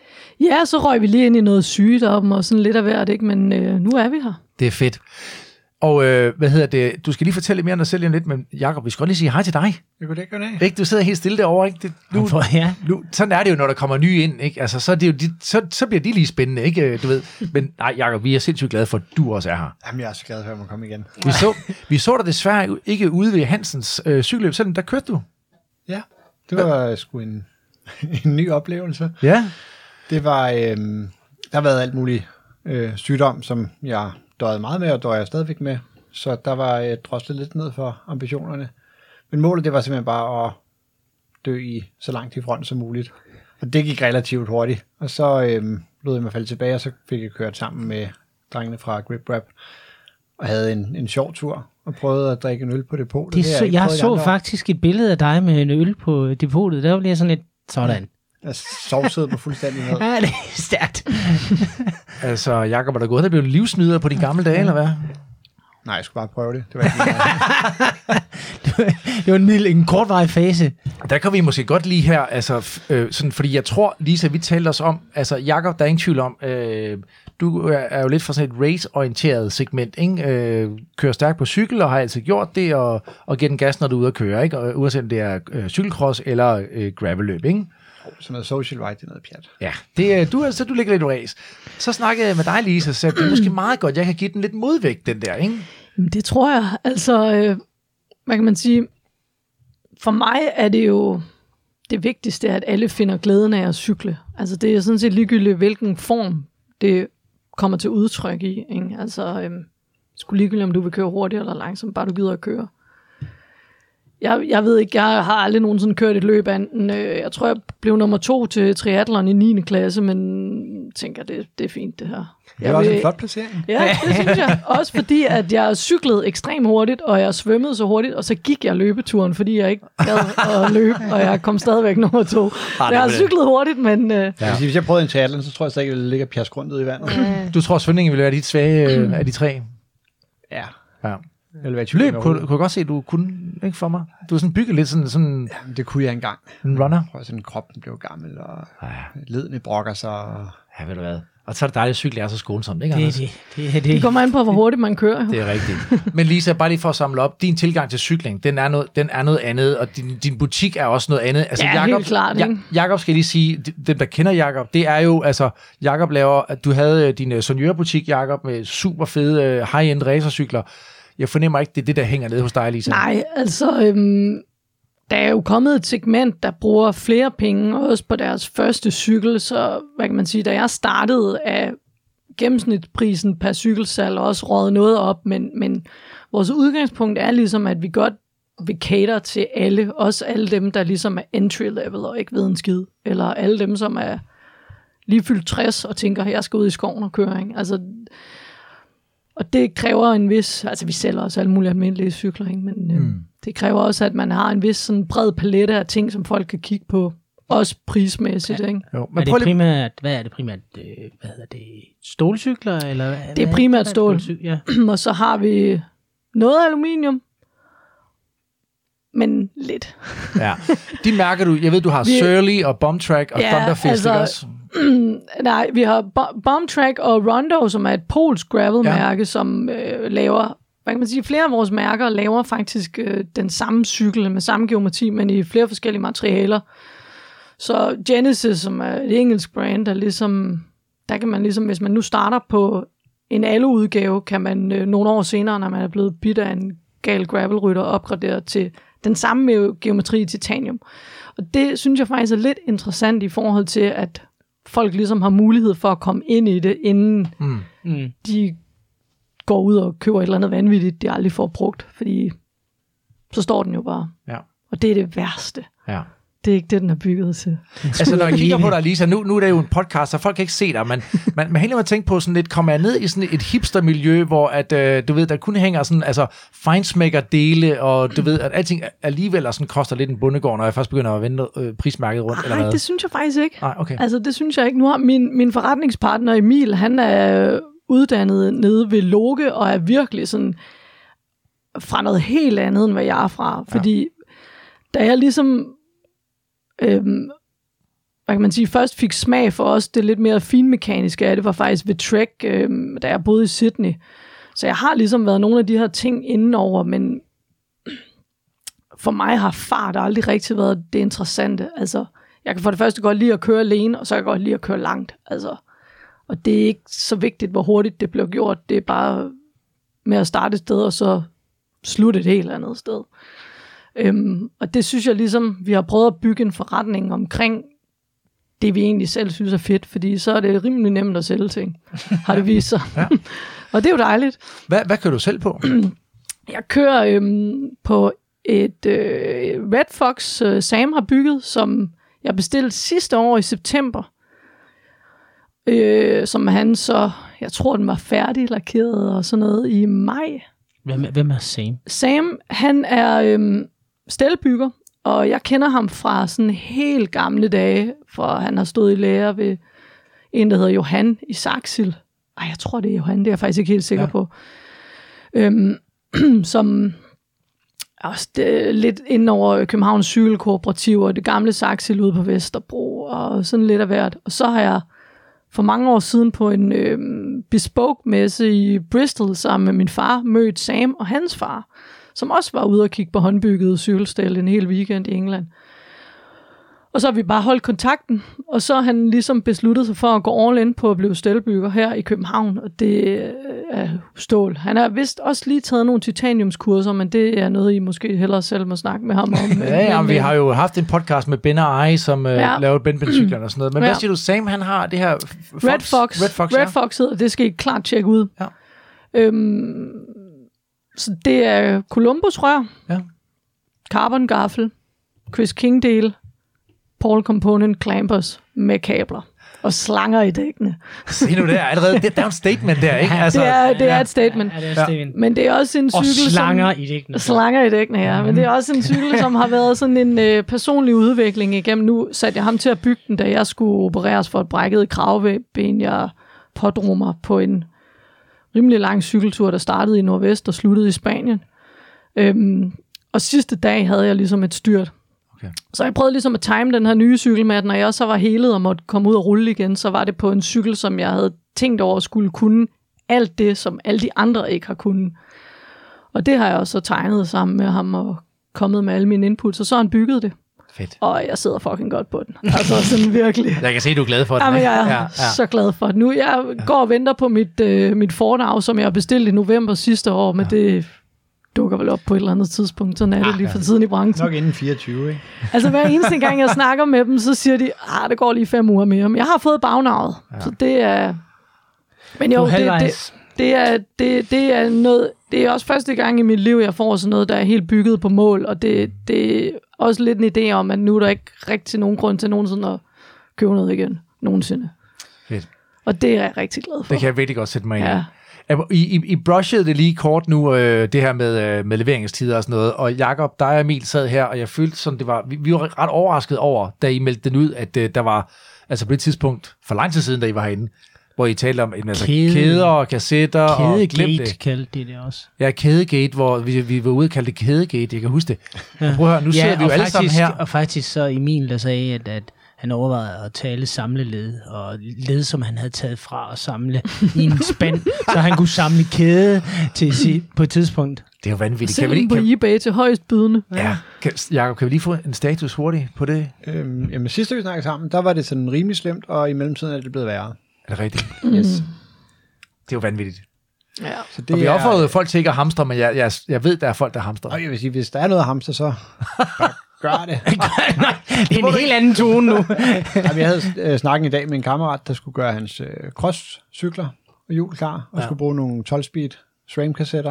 Speaker 3: Ja, så røg vi lige ind i noget sygdom og sådan lidt af hvert, ikke? Men øh, nu er vi her.
Speaker 1: Det er fedt. Og øh, hvad hedder det? Du skal lige fortælle mere om dig selv lidt, men Jakob, vi skal godt lige sige hej til dig.
Speaker 4: Jeg kunne det gøre det.
Speaker 1: Ikke? Du sidder helt stille derovre, ikke? Det, nu,
Speaker 2: ja.
Speaker 1: nu, sådan er det jo, når der kommer nye ind, ikke? Altså, så, er det jo de, så, så bliver de lige spændende, ikke? Du ved. Men nej, Jakob, vi er sindssygt glade for, at du også er her.
Speaker 4: Jamen, jeg er så glad for, at man kommer igen.
Speaker 1: Vi så, vi så dig desværre ikke ude ved Hansens øh, cykelløb, selvom der kørte du.
Speaker 4: Ja, det var sgu en, en ny oplevelse.
Speaker 1: Ja.
Speaker 4: Det var, øh, der har været alt muligt øh, sygdom, som jeg døjede meget med, og døjer jeg stadigvæk med. Så der var øh, droslet lidt ned for ambitionerne. Men målet, det var simpelthen bare at dø i så langt i front som muligt. Og det gik relativt hurtigt. Og så øh, lod jeg mig falde tilbage, og så fik jeg kørt sammen med drengene fra Grip Rap, og havde en, en sjov tur, og prøvede at drikke en øl på depotet.
Speaker 2: Det så, jeg jeg så faktisk et billede af dig med en øl på depotet. Der blev jeg sådan lidt sådan.
Speaker 4: Jeg sovsede på fuldstændig ned.
Speaker 2: Ja, det er stærkt.
Speaker 1: Altså, Jakob, er der gået, der blev livsnyder på de gamle dage, eller hvad?
Speaker 4: Nej, jeg skulle bare prøve det. Det var ikke
Speaker 2: det var en, mild, en kortvarig fase.
Speaker 1: Der kan vi måske godt lige her, altså, øh, sådan, fordi jeg tror, Lisa, vi talte os om, altså, Jakob, der er ingen tvivl om, øh, du er jo lidt fra sådan et race-orienteret segment, ikke? Øh, kører stærkt på cykel, og har altid gjort det, og, og giver den gas, når du er ude at køre, ikke? Og uanset om det er øh, cykelcross eller øh, gravelløb, ikke?
Speaker 4: Sådan noget social ride, det er noget pjat.
Speaker 1: Ja, det, du, så du ligger lidt i race. Så snakkede jeg med dig, Lisa, så det er måske meget godt, jeg kan give den lidt modvægt, den der, ikke?
Speaker 3: Det tror jeg. Altså, øh, hvad kan man sige? For mig er det jo det vigtigste, at alle finder glæden af at cykle. Altså, det er sådan set ligegyldigt, hvilken form det kommer til udtryk i. Ikke? Altså, øh, skulle ligegyldigt, om du vil køre hurtigt eller langsomt, bare du gider at køre. Jeg, jeg ved ikke, jeg har aldrig nogensinde kørt et løb anden. Jeg tror, jeg blev nummer to til triathlon i niende klasse, men tænker, det, det er fint, det her.
Speaker 4: Det var jeg også vil... en flot placering.
Speaker 3: Ja, det synes jeg. Også fordi, at jeg cyklede ekstremt hurtigt, og jeg svømmede så hurtigt, og så gik jeg løbeturen, fordi jeg ikke gad at løbe, og jeg kom stadigvæk nummer to. Ah, jeg har cyklet hurtigt, men... Uh...
Speaker 4: Ja. Hvis jeg prøvede en triathlon, så tror jeg stadig, at det ligger pjasgrundet i vandet.
Speaker 3: Ja.
Speaker 1: Du tror, svømningen ville være dit svage mm. af de tre?
Speaker 4: Ja.
Speaker 1: Ja. Løb kunne, kunne jeg godt se, at du kunne, ikke for mig? Du har sådan bygget lidt sådan... sådan
Speaker 4: ja, det kunne jeg engang.
Speaker 1: En runner?
Speaker 4: Jeg tror, sådan kroppen blev gammel, og ja. ledene brokker sig.
Speaker 1: Ja, ved du hvad. Og så er det dejligt, at cykle er så skånsomt, ikke,
Speaker 2: Anders? Det, det, det, det.
Speaker 3: det kommer an på, hvor hurtigt man kører.
Speaker 1: Det er rigtigt. Men Lisa, bare lige for at samle op. Din tilgang til cykling, den er noget, den er noget andet, og din, din butik er også noget andet. Altså,
Speaker 3: ja,
Speaker 1: Jacob,
Speaker 3: helt klart. Ikke?
Speaker 1: Jakob skal lige sige, dem der kender Jakob, det er jo, altså, Jakob laver, at du havde din Sonjør-butik, Jakob, med super fede high-end racercykler. Jeg fornemmer ikke, det er det, der hænger nede hos dig, Lisa.
Speaker 3: Nej, altså, øhm, der er jo kommet et segment, der bruger flere penge, også på deres første cykel, så hvad kan man sige, da jeg startede af gennemsnitsprisen per cykelsalg, også røget noget op, men, men vores udgangspunkt er ligesom, at vi godt vil cater til alle, også alle dem, der ligesom er entry level og ikke ved en skid, eller alle dem, som er lige fyldt tres og tænker, jeg skal ud i skoven og køre, ikke? Altså, og det kræver en vis... Altså, vi sælger også alle mulige almindelige cykler, ikke? Men, øh,
Speaker 1: mm.
Speaker 3: det kræver også, at man har en vis sådan bred palette af ting, som folk kan kigge på. Også prismæssigt,
Speaker 2: Ja.
Speaker 3: ikke?
Speaker 1: Jo,
Speaker 2: Men
Speaker 1: men
Speaker 2: er det
Speaker 1: prøv lige,
Speaker 2: primært, hvad er det primært, øh, hvad hedder det, stålcykler? Eller hvad,
Speaker 3: Det er
Speaker 2: hvad
Speaker 3: primært
Speaker 2: hvad
Speaker 3: stål.
Speaker 2: stålcy- Ja.
Speaker 3: Og så har vi noget aluminium, men lidt.
Speaker 1: ja. De mærker du, jeg ved, du har
Speaker 3: Vi-
Speaker 1: Surly og Bombtrack og
Speaker 3: Ja,
Speaker 1: Thunderfist,
Speaker 3: altså,
Speaker 1: ikke også?
Speaker 3: Nej, vi har Bo- Bombtrack og Rondo, som er et polsk gravel-mærke, ja. som øh, laver, hvad kan man sige, flere af vores mærker laver faktisk øh, den samme cykel med samme geometri, men i flere forskellige materialer. Så Genesis, som er et engelsk brand, er ligesom, der kan man ligesom, hvis man nu starter på en alu-udgave, kan man øh, nogle år senere, når man er blevet bidt af en gal gravelrytter, opgradere til den samme geometri i titanium. Og det synes jeg faktisk er lidt interessant i forhold til, at folk ligesom har mulighed for at komme ind i det, inden
Speaker 1: Mm.
Speaker 2: Mm.
Speaker 3: de går ud og køber et eller andet vanvittigt, de aldrig får brugt, fordi så står den jo bare.
Speaker 1: Ja.
Speaker 3: Og det er det værste.
Speaker 1: Ja.
Speaker 3: Det er ikke det, den er bygget til.
Speaker 1: Altså, når jeg kigger på dig, Lisa, nu, nu er det jo en podcast, så folk kan ikke se dig, men man, man hænger med at tænke på sådan lidt, kommer jeg ned i sådan et hipstermiljø, hvor at, øh, du ved, der kun hænger sådan, altså, feinsmaker-dele, og du ved, at alting alligevel er sådan, koster lidt en bondegård, når jeg først begynder at vende øh, prismærket rundt, eller
Speaker 3: Nej,
Speaker 1: hvad?
Speaker 3: det synes jeg faktisk ikke.
Speaker 1: Nej, okay.
Speaker 3: Altså, det synes jeg ikke. Nu har min, min forretningspartner Emil, han er uddannet nede ved Loke, og er virkelig sådan fra noget helt andet, end hvad jeg er fra. Fordi ja. da jeg ligesom øhm, hvad kan man sige, først fik smag for os, det lidt mere finmekaniske af det, var faktisk ved Trek, øhm, da jeg boede i Sydney. Så jeg har ligesom været nogle af de her ting indenover, men for mig har fart aldrig rigtig været det interessante. Altså, jeg kan for det første godt lide at køre alene, og så kan jeg godt lide at køre langt. Altså, og det er ikke så vigtigt, hvor hurtigt det bliver gjort. Det er bare med at starte et sted, og så slutte et helt andet sted. Øhm, og det synes jeg ligesom, vi har prøvet at bygge en forretning omkring det, vi egentlig selv synes er fedt, fordi så er det rimelig nemt at sælge ting, har det vist sig.
Speaker 1: Ja.
Speaker 3: Og det er jo dejligt.
Speaker 1: Hvad, hvad kører du selv på?
Speaker 3: Jeg kører øhm, på et øh, Red Fox, øh, Sam har bygget, som jeg bestilte sidste år i september. Øh, som han så, jeg tror den var færdig lakeret og sådan noget i maj.
Speaker 2: Hvem, hvem er Sam?
Speaker 3: Sam, han er øhm, stelbygger, og jeg kender ham fra sådan helt gamle dage, for han har stået i lære ved en, der hedder Johan i Saxil. Ej, jeg tror, det er Johan, det er jeg faktisk ikke helt sikker ja. på. Øhm, som også det, lidt ind over Københavns Cykelkooperativ og det gamle Saxil ude på Vesterbro, og sådan lidt af hvert. Og så har jeg for mange år siden på en øh, bespoke-messe i Bristol sammen med min far mødt Sam og hans far, som også var ude og kigge på håndbyggede cykelstel en hel weekend i England. Og så har vi bare holdt kontakten, og så har han ligesom besluttet sig for at gå all in på at blive stelbygger her i København, og det er stål. Han har vist også lige taget nogle titaniumskurser, men det er noget, I måske hellere selv må snakke med ham om.
Speaker 1: Ja, ja, vi har jo haft en podcast med Ben og Ej, som uh, ja. laver Ben-Ben-cyklerne og sådan noget. Men ja. hvad siger du, Sam, han har det her Fox?
Speaker 3: Red Fox.
Speaker 1: Red Fox,
Speaker 3: Red
Speaker 1: ja.
Speaker 3: Fox hedder, det skal I klart tjekke ud.
Speaker 1: Ja.
Speaker 3: Øhm, så det er Columbus rør,
Speaker 1: ja.
Speaker 3: carbon gaffel, Chris King del, Paul Component clampers med kabler og slanger i dækkene.
Speaker 1: Se nu der, allerede, det, der er en statement der, ikke?
Speaker 3: Altså, det er, det er et statement.
Speaker 2: Ja, det er et statement.
Speaker 3: Men det er også en cykel,
Speaker 2: og slanger
Speaker 3: som,
Speaker 2: i dækkene.
Speaker 3: Slanger i dækkene, ja. Men det er også en cykel, som har været sådan en øh, personlig udvikling igennem. Nu satte jeg ham til at bygge den, da jeg skulle opereres for et brækket kravben. Jeg pådrog mig på en rimelig lang cykeltur, der startede i Nordvest og sluttede i Spanien. Øhm, og sidste dag havde jeg ligesom et styrt. Okay. Så jeg prøvede ligesom at time den her nye cykel med, at når jeg så var helet og måtte komme ud og rulle igen, så var det på en cykel, som jeg havde tænkt over at skulle kunne alt det, som alle de andre ikke har kunnet. Og det har jeg også tegnet sammen med ham og kommet med alle mine inputs, og så har han bygget det.
Speaker 1: Fedt.
Speaker 3: Og jeg sidder fucking godt på den. Altså sådan virkelig.
Speaker 1: Jeg kan se, du er glad for den.
Speaker 3: Jamen, jeg er
Speaker 1: ja, ja.
Speaker 3: så glad for den. Nu jeg går og venter på mit, øh, mit fornavn, som jeg bestilte i november sidste år, men ja. det dukker vel op på et eller andet tidspunkt. Sådan er det lige for tiden i branchen.
Speaker 4: Nok inden fireogtyve, ikke?
Speaker 3: Altså hver eneste gang, jeg snakker med dem, så siger de, ah, det går lige fem uger mere. Men jeg har fået bagnavnet, ja. Så det er... Men jo, det, det, det, er, det, det er noget... Det er også første gang i mit liv, jeg får sådan noget, der er helt bygget på mål, og det, det er også lidt en idé om, at nu er der ikke rigtig nogen grund til nogensinde at købe noget igen. Nogensinde.
Speaker 1: Fedt.
Speaker 3: Og det er jeg rigtig glad for.
Speaker 1: Det kan jeg virkelig godt sætte mig ind i.
Speaker 3: Ja.
Speaker 1: I, I, I brushede det lige kort nu, øh, det her med, øh, med leveringstider og sådan noget, og Jakob, dig og Emil sad her, og jeg følte sådan, det var, vi, vi var ret overrasket over, da I meldte den ud, at øh, der var, altså på et tidspunkt, for lang tid siden, da I var herinde, hvor I talte om en masse Kæde. kæder og kassetter.
Speaker 2: Kædegate kaldte de det også.
Speaker 1: Ja, kædegate, hvor vi, vi var ude og kaldte det kædegate, jeg kan huske det. Ja. Prøv at høre, nu
Speaker 2: ja,
Speaker 1: sidder vi jo alle
Speaker 2: faktisk,
Speaker 1: sammen her.
Speaker 2: Og faktisk så Emil, der sagde, at, at han overvejede at tale samleled, og led, som han havde taget fra og samle i en spand, så han kunne samle kæde til sig på et tidspunkt.
Speaker 1: Det er jo vanvittigt.
Speaker 3: Sælg den på kan... eBay til højst bydende.
Speaker 1: Ja. Kan, Jakob, kan vi lige få en status hurtigt på det?
Speaker 4: Øhm, jamen sidste vi snakkede sammen, der var det sådan rimelig slemt, og i mellemtiden er det blevet værre.
Speaker 1: Er det rigtigt?
Speaker 3: Mm.
Speaker 1: Yes. Det er jo vanvittigt.
Speaker 3: Ja.
Speaker 1: Så det og vi har opfordret er... folk til ikke at hamstre, men jeg, jeg, jeg ved, der er folk, der hamstrer.
Speaker 4: Og jeg vil sige, hvis der er noget at hamstre, så gør det.
Speaker 2: Nej, det er en helt anden tone nu.
Speaker 4: Jamen, jeg havde øh, snakket i dag med en kammerat, der skulle gøre hans øh, cross-cykler og hjul klar, og ja. skulle bruge nogle tolv-speed SRAM-kassetter.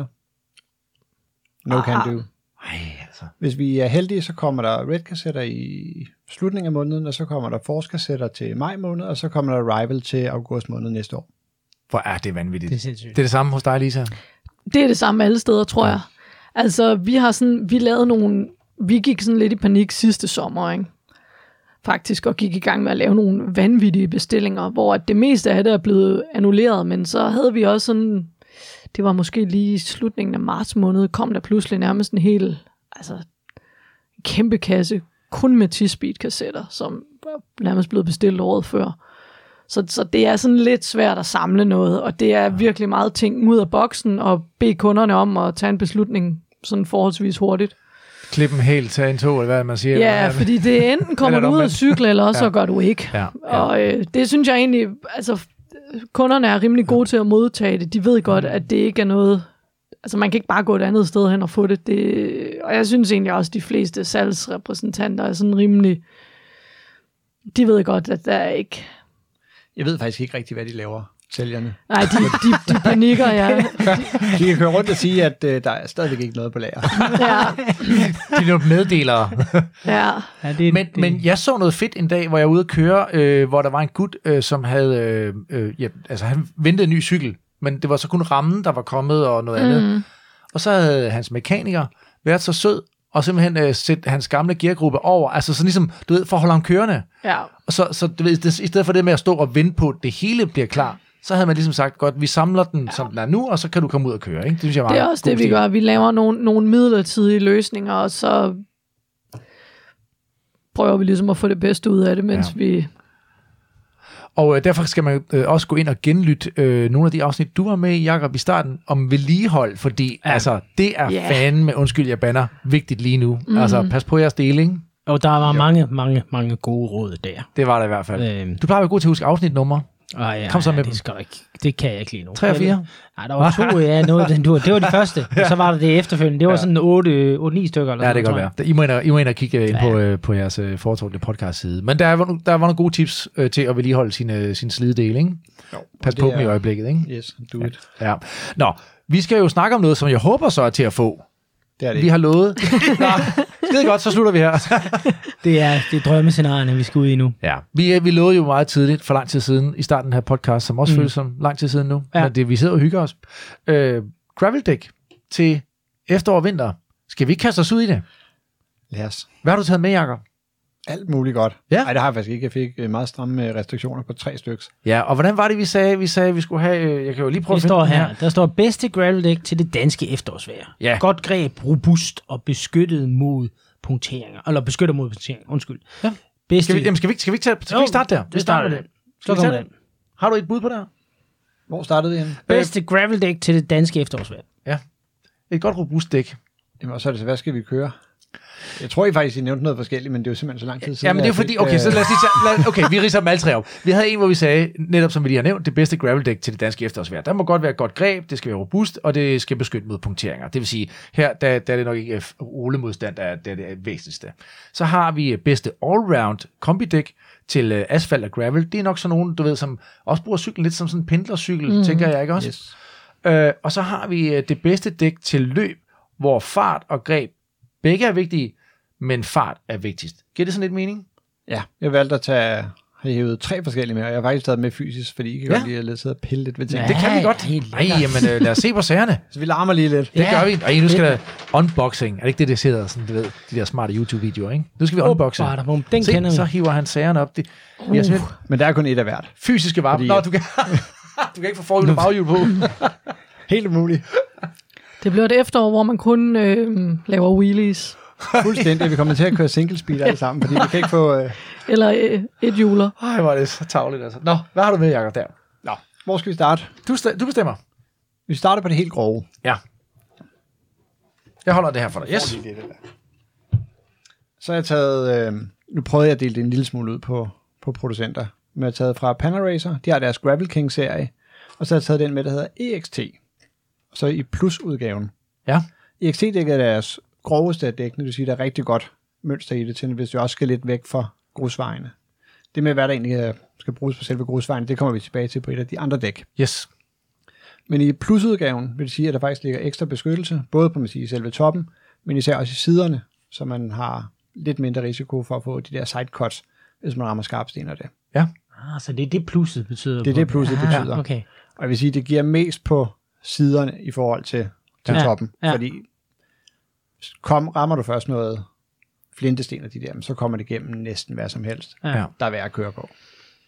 Speaker 4: No ah. can do.
Speaker 1: Ej, altså.
Speaker 4: Hvis vi er heldige, så kommer der Red-kassetter i slutningen af måneden, og så kommer der Force-kassetter til maj måned, og så kommer der Rival til august måned næste år.
Speaker 1: Hvor er det vanvittigt.
Speaker 2: Det er sindssygt.
Speaker 1: Det er det samme hos dig, Lisa?
Speaker 3: Det er det samme alle steder, tror ja. jeg. Altså, vi har sådan, vi lavede nogle, vi gik sådan lidt i panik sidste sommer, ikke? Faktisk, og gik i gang med at lave nogle vanvittige bestillinger, hvor det meste af det er blevet annulleret, men så havde vi også sådan, det var måske lige i slutningen af marts måned, kom der pludselig nærmest en hel, altså, en kæmpe kasse, kun med ti-speed-kassetter, som var nærmest blevet bestilt året før. Så, så det er sådan lidt svært at samle noget, og det er virkelig meget ting ud af boksen, og bede kunderne om at tage en beslutning sådan forholdsvis hurtigt.
Speaker 1: Klip dem helt, tage en tog, eller hvad man siger.
Speaker 3: Ja, fordi det enten kommer du ud af cykle, eller også ja. så gør du ikke.
Speaker 1: Ja, ja.
Speaker 3: Og øh, det synes jeg egentlig, altså kunderne er rimelig gode ja. til at modtage det. De ved godt, at det ikke er noget, altså man kan ikke bare gå et andet sted hen og få det. det og jeg synes egentlig også, at de fleste salgsrepræsentanter er sådan rimelig, de ved godt, at der er ikke...
Speaker 4: Jeg ved faktisk ikke rigtig, hvad de laver, sælgerne.
Speaker 3: Nej, de, de, de panikker, ja.
Speaker 4: De kan køre rundt og sige, at uh, der er stadigvæk ikke noget på lager.
Speaker 3: Ja.
Speaker 1: De er nogle meddelere.
Speaker 3: Ja.
Speaker 2: Ja, det,
Speaker 1: men,
Speaker 2: det.
Speaker 1: men jeg så noget fedt en dag, hvor jeg var ude at køre, øh, hvor der var en gut, øh, som havde, øh, øh, ja, altså han ventede en ny cykel, men det var så kun rammen, der var kommet og noget mm. andet. Og så havde hans mekaniker været så sød, og simpelthen øh, sætte hans gamle geargruppe over, altså sådan ligesom, du ved, for at holde ham kørende. Ja. Og så, så du ved, det, i stedet for det med at stå og vente på, at det hele bliver klar, så havde man ligesom sagt, godt, vi samler den, ja. som den er nu, og så kan du komme ud og køre. Ikke? Det synes jeg var
Speaker 3: det er også det, vi gør. Vi laver nogle, nogle midlertidige løsninger, og så prøver vi ligesom at få det bedste ud af det, mens ja. vi...
Speaker 1: Og øh, derfor skal man øh, også gå ind og genlytte øh, nogle af de afsnit, du var med i, Jakob, i starten, om vedligehold, fordi ja. altså, det er yeah. fandme, undskyld, jeg banner, vigtigt lige nu. Mm. Altså, pas på jeres deling.
Speaker 2: Og der var jo. mange, mange, mange gode råd der.
Speaker 1: Det var der i hvert fald. Øhm. Du plejer at være god til at huske afsnitnummer.
Speaker 2: Ah, ja,
Speaker 1: Kom så
Speaker 2: ja,
Speaker 1: med
Speaker 2: det, skal ikke, det kan jeg ikke lige nu.
Speaker 1: tre og fire?
Speaker 2: Nej, der var to, ja, noget, den, det var de første, ja. og så var der det efterfølgende. Det var ja. sådan otte ni stykker. Eller
Speaker 1: ja, det kan godt være. I må ind og, I må ind og kigge ind ja. på, øh, på jeres øh, foretrukne podcast-side. Men der var, der var nogle gode tips øh, til at vedligeholde sin, øh, sin slidedel, ikke? Jo, pas på dem i øjeblikket, ikke?
Speaker 4: Yes, do it.
Speaker 1: Ja. Nå, vi skal jo snakke om noget, som jeg håber så er til at få.
Speaker 4: Det er det.
Speaker 1: Vi har lovet. Nå, skide godt, så slutter vi her.
Speaker 2: det er det er drømmescenarierne, vi skal ud i nu.
Speaker 1: Ja, vi, vi lovede jo meget tidligt, for lang tid siden, i starten af den her podcast, som også mm. føles som lang tid siden nu. Ja. Men det, vi sidder og hygger os. Øh, gravel deck til efterår og vinter. Skal vi ikke kaste os ud i det?
Speaker 4: Lad os.
Speaker 1: Hvad har du taget med, Jakob?
Speaker 4: Alt muligt godt.
Speaker 1: Ja.
Speaker 4: Nej, det har jeg faktisk ikke. Jeg fik meget stramme restriktioner på tre stykker.
Speaker 1: Ja, og hvordan var det, vi sagde, vi sagde, vi skulle have... Jeg kan jo lige prøve
Speaker 2: det
Speaker 1: at
Speaker 2: står
Speaker 1: finde
Speaker 2: her. her. Der står bedste gravel deck til det danske efterårsvejr.
Speaker 1: Ja.
Speaker 2: Godt greb, robust og beskyttet mod punkteringer. Eller beskyttet mod punkteringer, undskyld. Ja.
Speaker 1: Bedste... Skal, vi, jamen, skal, vi, skal vi ikke tage, skal vi ikke starte der?
Speaker 2: Det starter det.
Speaker 1: Skal vi tage det? Har du et bud på det her?
Speaker 4: Hvor startede vi henne?
Speaker 2: Bedste gravel deck til det danske efterårsvejr.
Speaker 1: Ja. Et godt robust dæk.
Speaker 4: Jamen, og så er det så, hvad skal vi køre? Jeg tror I faktisk, I nævnte noget forskelligt, men det er jo simpelthen så lang tid siden.
Speaker 1: Ja, men det er fordi, okay, så lad os lige tage, lad, okay, vi ridser dem alle tre op. Vi havde en, hvor vi sagde, netop som vi lige har nævnt, det bedste gravel deck til det danske efterårsvejr. Der må godt være et godt greb, det skal være robust, og det skal beskytte mod punkteringer. Det vil sige, her der, der er det nok ikke rullemodstand, der er det, er det væsentligste. Så har vi bedste all-round kombi-dæk til uh, asfalt og gravel. Det er nok sådan nogen, du ved, som også bruger cyklen lidt som sådan en pendlercykel, mm. tænker jeg ikke også? Yes. Uh, og så har vi uh, det bedste dæk til løb, hvor fart og greb begge er vigtige, men fart er vigtigst. Giver det sådan lidt mening?
Speaker 4: Ja, jeg valgte at tage har hævet tre forskellige med, og jeg har faktisk taget med fysisk, fordi I kan
Speaker 1: Ja.
Speaker 4: godt lide at lidt sidde og pille lidt ved ting.
Speaker 2: Ja.
Speaker 1: Det kan vi godt.
Speaker 2: helt
Speaker 1: Nej, jamen øh, lad os se på sagerne.
Speaker 4: Så vi larmer lige lidt.
Speaker 1: Det
Speaker 2: Ja.
Speaker 1: gør vi. Og nu skal der unboxing. Er det ikke det, der sidder sådan, du ved, de der smarte YouTube-videoer, ikke? Nu skal vi unboxe.
Speaker 2: Bare der, bum, den
Speaker 1: Se,
Speaker 2: kender vi.
Speaker 1: så hiver han sagerne op. Det, uh. Vi har simpelthen
Speaker 4: Men der er kun et af hvert.
Speaker 1: fysiske varer.
Speaker 4: Fordi-
Speaker 1: Nå, du kan, du kan ikke få forhjul og baghjul på.
Speaker 4: Helt umuligt.
Speaker 3: Det bliver et efterår, hvor man kun øh, laver wheelies.
Speaker 4: Fuldstændig. Vi kommer til at køre single speed alle sammen, fordi vi kan ikke få... Øh...
Speaker 3: Eller øh, et hjuler.
Speaker 1: Ej, hvor er det så tavligt, altså. Nå, hvad har du med, Jacob, der?
Speaker 4: Nå, hvor skal vi starte?
Speaker 1: Du, st- du bestemmer.
Speaker 4: Vi starter på det helt grove.
Speaker 1: Ja. Jeg holder det her for dig. Yes.
Speaker 4: Så har jeg taget... Øh... Nu prøvede jeg at dele det en lille smule ud på, på producenter. Men jeg har taget fra Panaracer. De har deres Gravel King-serie. Og så har jeg taget den med, der hedder E X T. Så i plus-udgaven.
Speaker 1: Ja.
Speaker 4: E X T-dækket er deres groveste af dækkene. Det vil sige, der er rigtig godt mønster i det til, hvis du også skal lidt væk fra grusvejene. Det med, hvad der egentlig skal bruges på selve grusvejene, det kommer vi tilbage til på et af de andre dæk.
Speaker 1: Yes.
Speaker 4: Men i plusudgaven vil det sige, at der faktisk ligger ekstra beskyttelse, både på man siger, selve toppen, men især også i siderne, så man har lidt mindre risiko for at få de der sidecuts, hvis man rammer skarpsten og det.
Speaker 1: Ja.
Speaker 2: Ah, så det er det plusset betyder.
Speaker 4: Det er
Speaker 2: på.
Speaker 4: det, plusset
Speaker 2: Ah,
Speaker 4: betyder.
Speaker 2: Okay.
Speaker 4: Og jeg vil sige, at det giver mest på siderne i forhold til, til
Speaker 2: Ja,
Speaker 4: toppen,
Speaker 2: ja.
Speaker 4: fordi kom, rammer du først noget flintesten og de der, så kommer det igennem næsten hvad som helst,
Speaker 2: Ja.
Speaker 1: Ja.
Speaker 4: der er værd at køre på.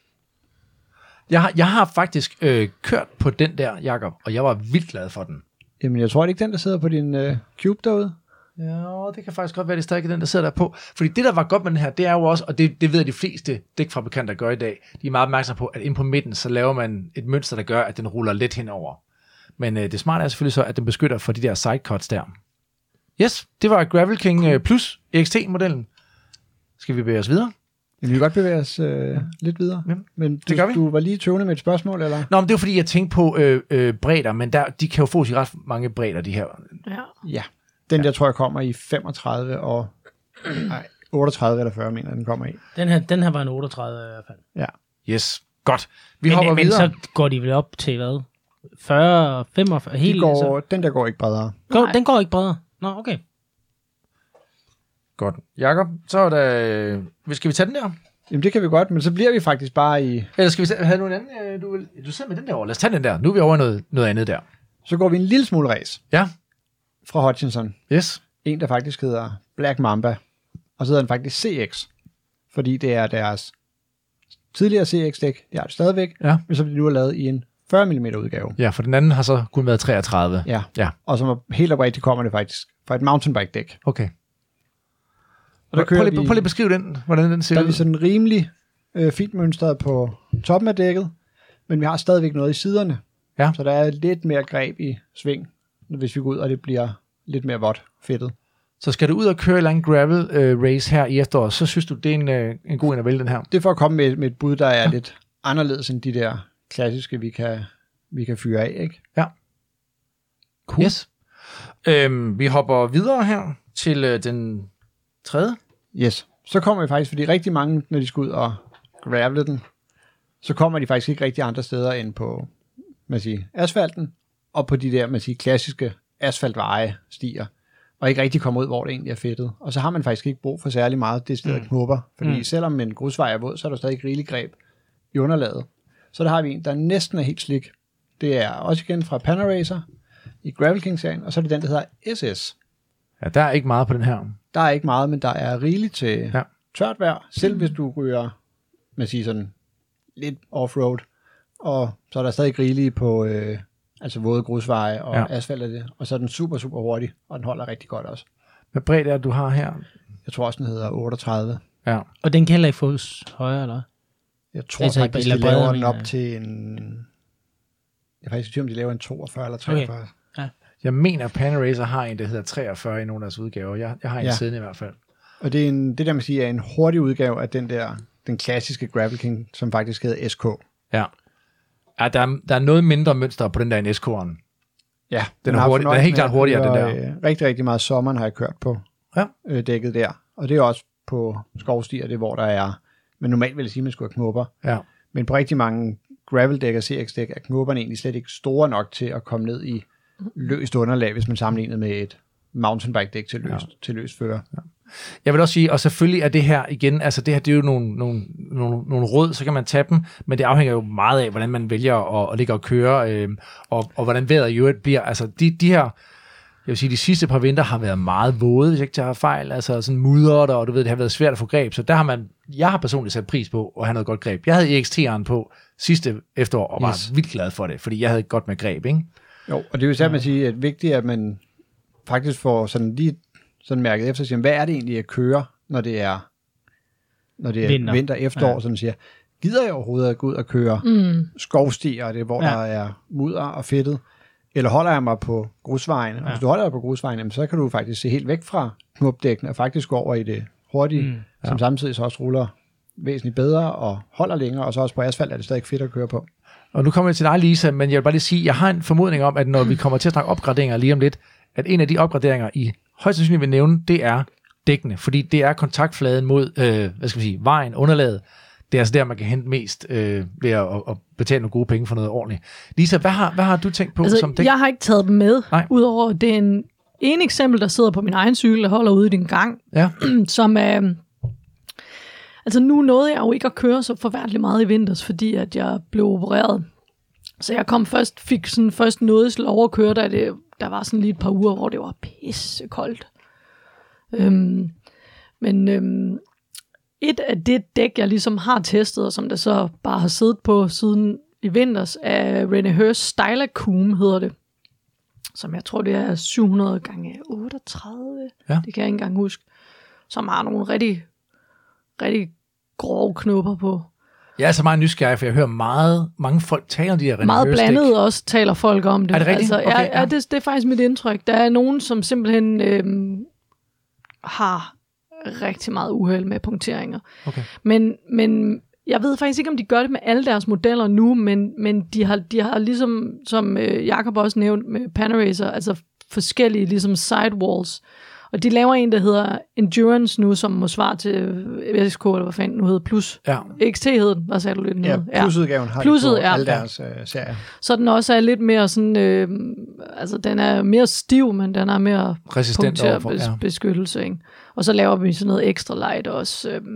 Speaker 1: Jeg har, jeg har faktisk øh, kørt på den der, Jacob, og jeg var vildt glad for den.
Speaker 4: Jamen, jeg tror det er ikke den, der sidder på din øh, cube derude.
Speaker 1: Ja, det kan faktisk godt være, det er stadig den, der sidder der på. Fordi det, der var godt med den her, det er jo også, og det, det ved de fleste dækfabrikanter gør i dag, de er meget opmærksomme på, at inde på midten, så laver man et mønster, der gør, at den ruller let henover. Men øh, det smarte er selvfølgelig så, at den beskytter for de der sidecuts der. Yes, det var Gravel King øh, Plus E X T-modellen. Skal vi bevæge os videre?
Speaker 4: Jamen, vi kan godt bevæge os øh, lidt videre.
Speaker 1: Ja,
Speaker 4: Men du,
Speaker 1: det gør vi.
Speaker 4: du var lige tøvende med et spørgsmål, eller?
Speaker 1: Nå, men det var fordi, jeg tænkte på øh, øh, bredder, men der, de kan jo få sig ret mange bredder, de her.
Speaker 3: Ja.
Speaker 4: Ja. Den der tror jeg kommer i femogtredive og nej, otteogtredive eller fyrre, mener jeg, den kommer i.
Speaker 2: Den her, den her var en otteogtredive i hvert fald.
Speaker 4: Ja.
Speaker 1: Yes, godt. Vi
Speaker 2: Men,
Speaker 1: hopper
Speaker 2: men
Speaker 1: videre.
Speaker 2: så går de vel op til hvad? fyrre, femogfyrre,
Speaker 4: De
Speaker 2: helt
Speaker 4: går,
Speaker 2: så.
Speaker 4: den der går ikke bredere.
Speaker 2: Går, den går ikke bredere. Nå, okay.
Speaker 1: Godt. Jakob, så er der... Øh, skal vi tage den der?
Speaker 4: Jamen det kan vi godt, men så bliver vi faktisk bare i...
Speaker 1: Eller skal vi have nogen anden? Øh, du, vil, du sidder med den der over. Lad os tage den der. Nu er vi over i noget, noget andet der.
Speaker 4: Så går vi en lille smule race
Speaker 1: Ja.
Speaker 4: fra Hutchinson.
Speaker 1: Yes.
Speaker 4: En, der faktisk hedder Black Mamba. Og så hedder den faktisk C X. Fordi det er deres tidligere C X-dæk. Det har det stadigvæk.
Speaker 1: Ja.
Speaker 4: Men så bliver det nu lavet i en fyrre millimeter udgave.
Speaker 1: Ja, for den anden har så kun været treogtredive.
Speaker 4: Ja.
Speaker 1: Ja.
Speaker 4: Og som er helt oprigtigt kommer det faktisk fra et mountainbike-dæk.
Speaker 1: Okay.
Speaker 4: Og der
Speaker 1: Prøv,
Speaker 4: kører
Speaker 1: lige, prøv lige at beskrive den, hvordan den ser
Speaker 4: Der er
Speaker 1: ud.
Speaker 4: vi sådan rimelig øh, fint mønstret på toppen af dækket, men vi har stadigvæk noget i siderne.
Speaker 1: Ja.
Speaker 4: Så der er lidt mere greb i sving, hvis vi går ud, og det bliver lidt mere vådt fedtet.
Speaker 1: Så skal du ud og køre en eller anden gravel øh, race her i efteråret, så synes du, det er en, øh, en god en at vælge den her.
Speaker 4: Det er for at komme med, med et bud, der er ja. lidt anderledes end de der klassiske, vi kan, vi kan fyre af, ikke?
Speaker 1: Ja. Cool. Yes. Øhm, vi hopper videre her til øh, den tredje.
Speaker 4: Yes. Så kommer vi faktisk, fordi rigtig mange, når de skal ud og gravele den, så kommer de faktisk ikke rigtig andre steder end på man siger, asfalten, og på de der man siger, klassiske asfaltveje stier, og ikke rigtig kommer ud, hvor det egentlig er fedtet. Og så har man faktisk ikke brug for særlig meget det sted, mm. knupper, fordi mm. selvom en grusvej er våd, så er der stadig rigeligt greb i underlaget. Så der har vi en, der næsten er helt slik. Det er også igen fra Panaracer i Gravel King-serien, og så er det den, der hedder S S.
Speaker 1: Ja, der er ikke meget på den her.
Speaker 4: Der er ikke meget, men der er rigeligt til
Speaker 1: Ja.
Speaker 4: tørt vejr, selv hvis du ryger, man siger sådan, lidt offroad, og så er der stadig rigeligt på øh, altså våde grusveje og
Speaker 1: Ja.
Speaker 4: ja. asfalt af det, og så er den super, super hurtig, og den holder rigtig godt også.
Speaker 1: Hvad bredde er det, du har her?
Speaker 4: Jeg tror også, den hedder otteogtredive.
Speaker 1: Ja.
Speaker 2: Og den kan heller ikke fås højere, eller?
Speaker 4: Jeg tror
Speaker 2: Altså,
Speaker 4: faktisk,
Speaker 2: eller
Speaker 4: de
Speaker 2: bredere,
Speaker 4: laver den
Speaker 2: mener
Speaker 4: op
Speaker 2: jeg.
Speaker 4: til en... Jeg er faktisk i tvivl, om de laver en toogfyrre eller treogfyrre. Okay.
Speaker 1: Jeg mener, at Panaracer har en, der hedder treogfyrre i nogle af deres udgaver. Jeg, jeg har en ja.
Speaker 4: Ja.
Speaker 1: siden i hvert fald.
Speaker 4: Og det, er en, det der, man siger, er en hurtig udgave af den der, den klassiske Gravel King, som faktisk hedder S K.
Speaker 1: Ja. Ja, der er, der er noget mindre mønster på den der end S K'eren.
Speaker 4: Ja,
Speaker 1: Den er
Speaker 4: har
Speaker 1: hurtig- den er
Speaker 4: fornøjelsen
Speaker 1: helt klart
Speaker 4: af at
Speaker 1: hurtigere, den
Speaker 4: køre,
Speaker 1: der.
Speaker 4: øh, Rigtig, rigtig meget sommeren har jeg kørt på
Speaker 1: Ja.
Speaker 4: øh, dækket der. Og det er også på skovstier, det er, hvor der er... Men normalt vil jeg sige, at man skulle have knupper.
Speaker 1: Ja.
Speaker 4: Men på rigtig mange graveldæk og C X-dæk er knupperne egentlig slet ikke store nok til at komme ned i løst underlag, hvis man sammenligner med et mountainbike-dæk til løst, ja. til løst fører. Ja.
Speaker 1: Jeg vil også sige, og selvfølgelig er det her igen, altså det her, det er jo nogle, nogle, nogle, nogle råd, så kan man tage dem, men det afhænger jo meget af, hvordan man vælger at, at ligge og køre, øh, og, og hvordan vejret i øvrigt bliver. Altså de, de her, jeg vil sige, de sidste par vinter har været meget våde, hvis jeg ikke tager fejl, altså sådan mudret, og du ved, det har været svært at få greb, så der har man, jeg har personligt sat pris på at have noget godt greb. Jeg havde E X T'eren på sidste efterår, og var yes. vildt glad for det, fordi jeg havde godt med greb, ikke?
Speaker 4: Jo, og det er jo især, man siger, at det er vigtigt, at man faktisk får sådan lige sådan mærket efter, siger, hvad er det egentlig at køre, når det er, når det er vinter, vinter efterår, ja. Som siger, gider jeg overhovedet at gå ud og køre mm. skovstier, det, hvor ja. Der er mudder og fedtet, eller holder jeg mig på grusvejen? Ja. Hvis du holder dig på grusvejen, så kan du faktisk se helt væk fra knopdækkene, og faktisk gå over i det hurtige, mm. ja. Som samtidig så også ruller væsentligt bedre, og holder længere, og så også på asfalt er det stadig fedt at køre på.
Speaker 1: Og nu kommer jeg til dig, Lisa, men jeg vil bare lige sige, jeg har en formodning om, at når vi kommer til at snakke opgraderinger lige om lidt, at en af de opgraderinger, I højst sandsynligt vil nævne, det er dækkene, fordi det er kontaktfladen mod, øh, hvad skal vi sige, vejen, underlaget. Det er altså der, man kan hente mest øh, ved at, at betale nogle gode penge for noget ordentligt. Lisa, hvad har, hvad har du tænkt på
Speaker 3: altså,
Speaker 1: som dæk?
Speaker 3: Jeg har ikke taget dem med, Nej. Udover det er en, en eksempel, der sidder på min egen cykel, der holder ude i din gang,
Speaker 1: ja.
Speaker 3: som er... Øh, altså nu nåede jeg jo ikke at køre så forfærdeligt meget i vinters, fordi at jeg blev opereret. Så jeg kom først, fik sådan først noget lov at køre, da det, der var sådan lige et par uger, hvor det var pissekoldt. Øhm, men øhm, et af det dæk, jeg ligesom har testet, og som der så bare har siddet på siden i vinters, er René Hurst Stylacoom, hedder det. Som jeg tror, det er syv hundrede gange otteogtredive. Ja. Det kan jeg ikke engang huske. Som har nogle rigtig, rigtig grove knopper på.
Speaker 1: Jeg er så meget nysgerrig, for jeg hører meget, mange folk tale om de her René
Speaker 3: Meget
Speaker 1: Hurst
Speaker 3: blandet også taler folk om det.
Speaker 1: Er det rigtigt?
Speaker 3: Altså,
Speaker 1: okay,
Speaker 3: ja, ja. Ja, det, det er faktisk mit indtryk. Der er nogen, som simpelthen øhm, har rigtig meget uheld med punkteringer.
Speaker 1: Okay.
Speaker 3: Men, men jeg ved faktisk ikke, om de gør det med alle deres modeller nu, men, men de, har, de har ligesom, som øh, Jakob også nævnt med Panaracer, altså forskellige ligesom sidewalls. Og de laver en, der hedder Endurance nu, som må svare til S K, eller hvad fanden nu hedder, Plus.
Speaker 1: Ja.
Speaker 3: X T hed den, hvad sagde du lidt?
Speaker 4: Ja, Plus-udgaven har
Speaker 3: Pluset,
Speaker 4: de på
Speaker 3: ja.
Speaker 4: alle deres øh, serier.
Speaker 3: Så den også er lidt mere sådan, øh, altså den er mere stiv, men den er mere
Speaker 1: resistent overfor,
Speaker 3: bes-
Speaker 1: ja.
Speaker 3: beskyttelse, ikke? Og så laver vi sådan noget ekstra light også. Øh.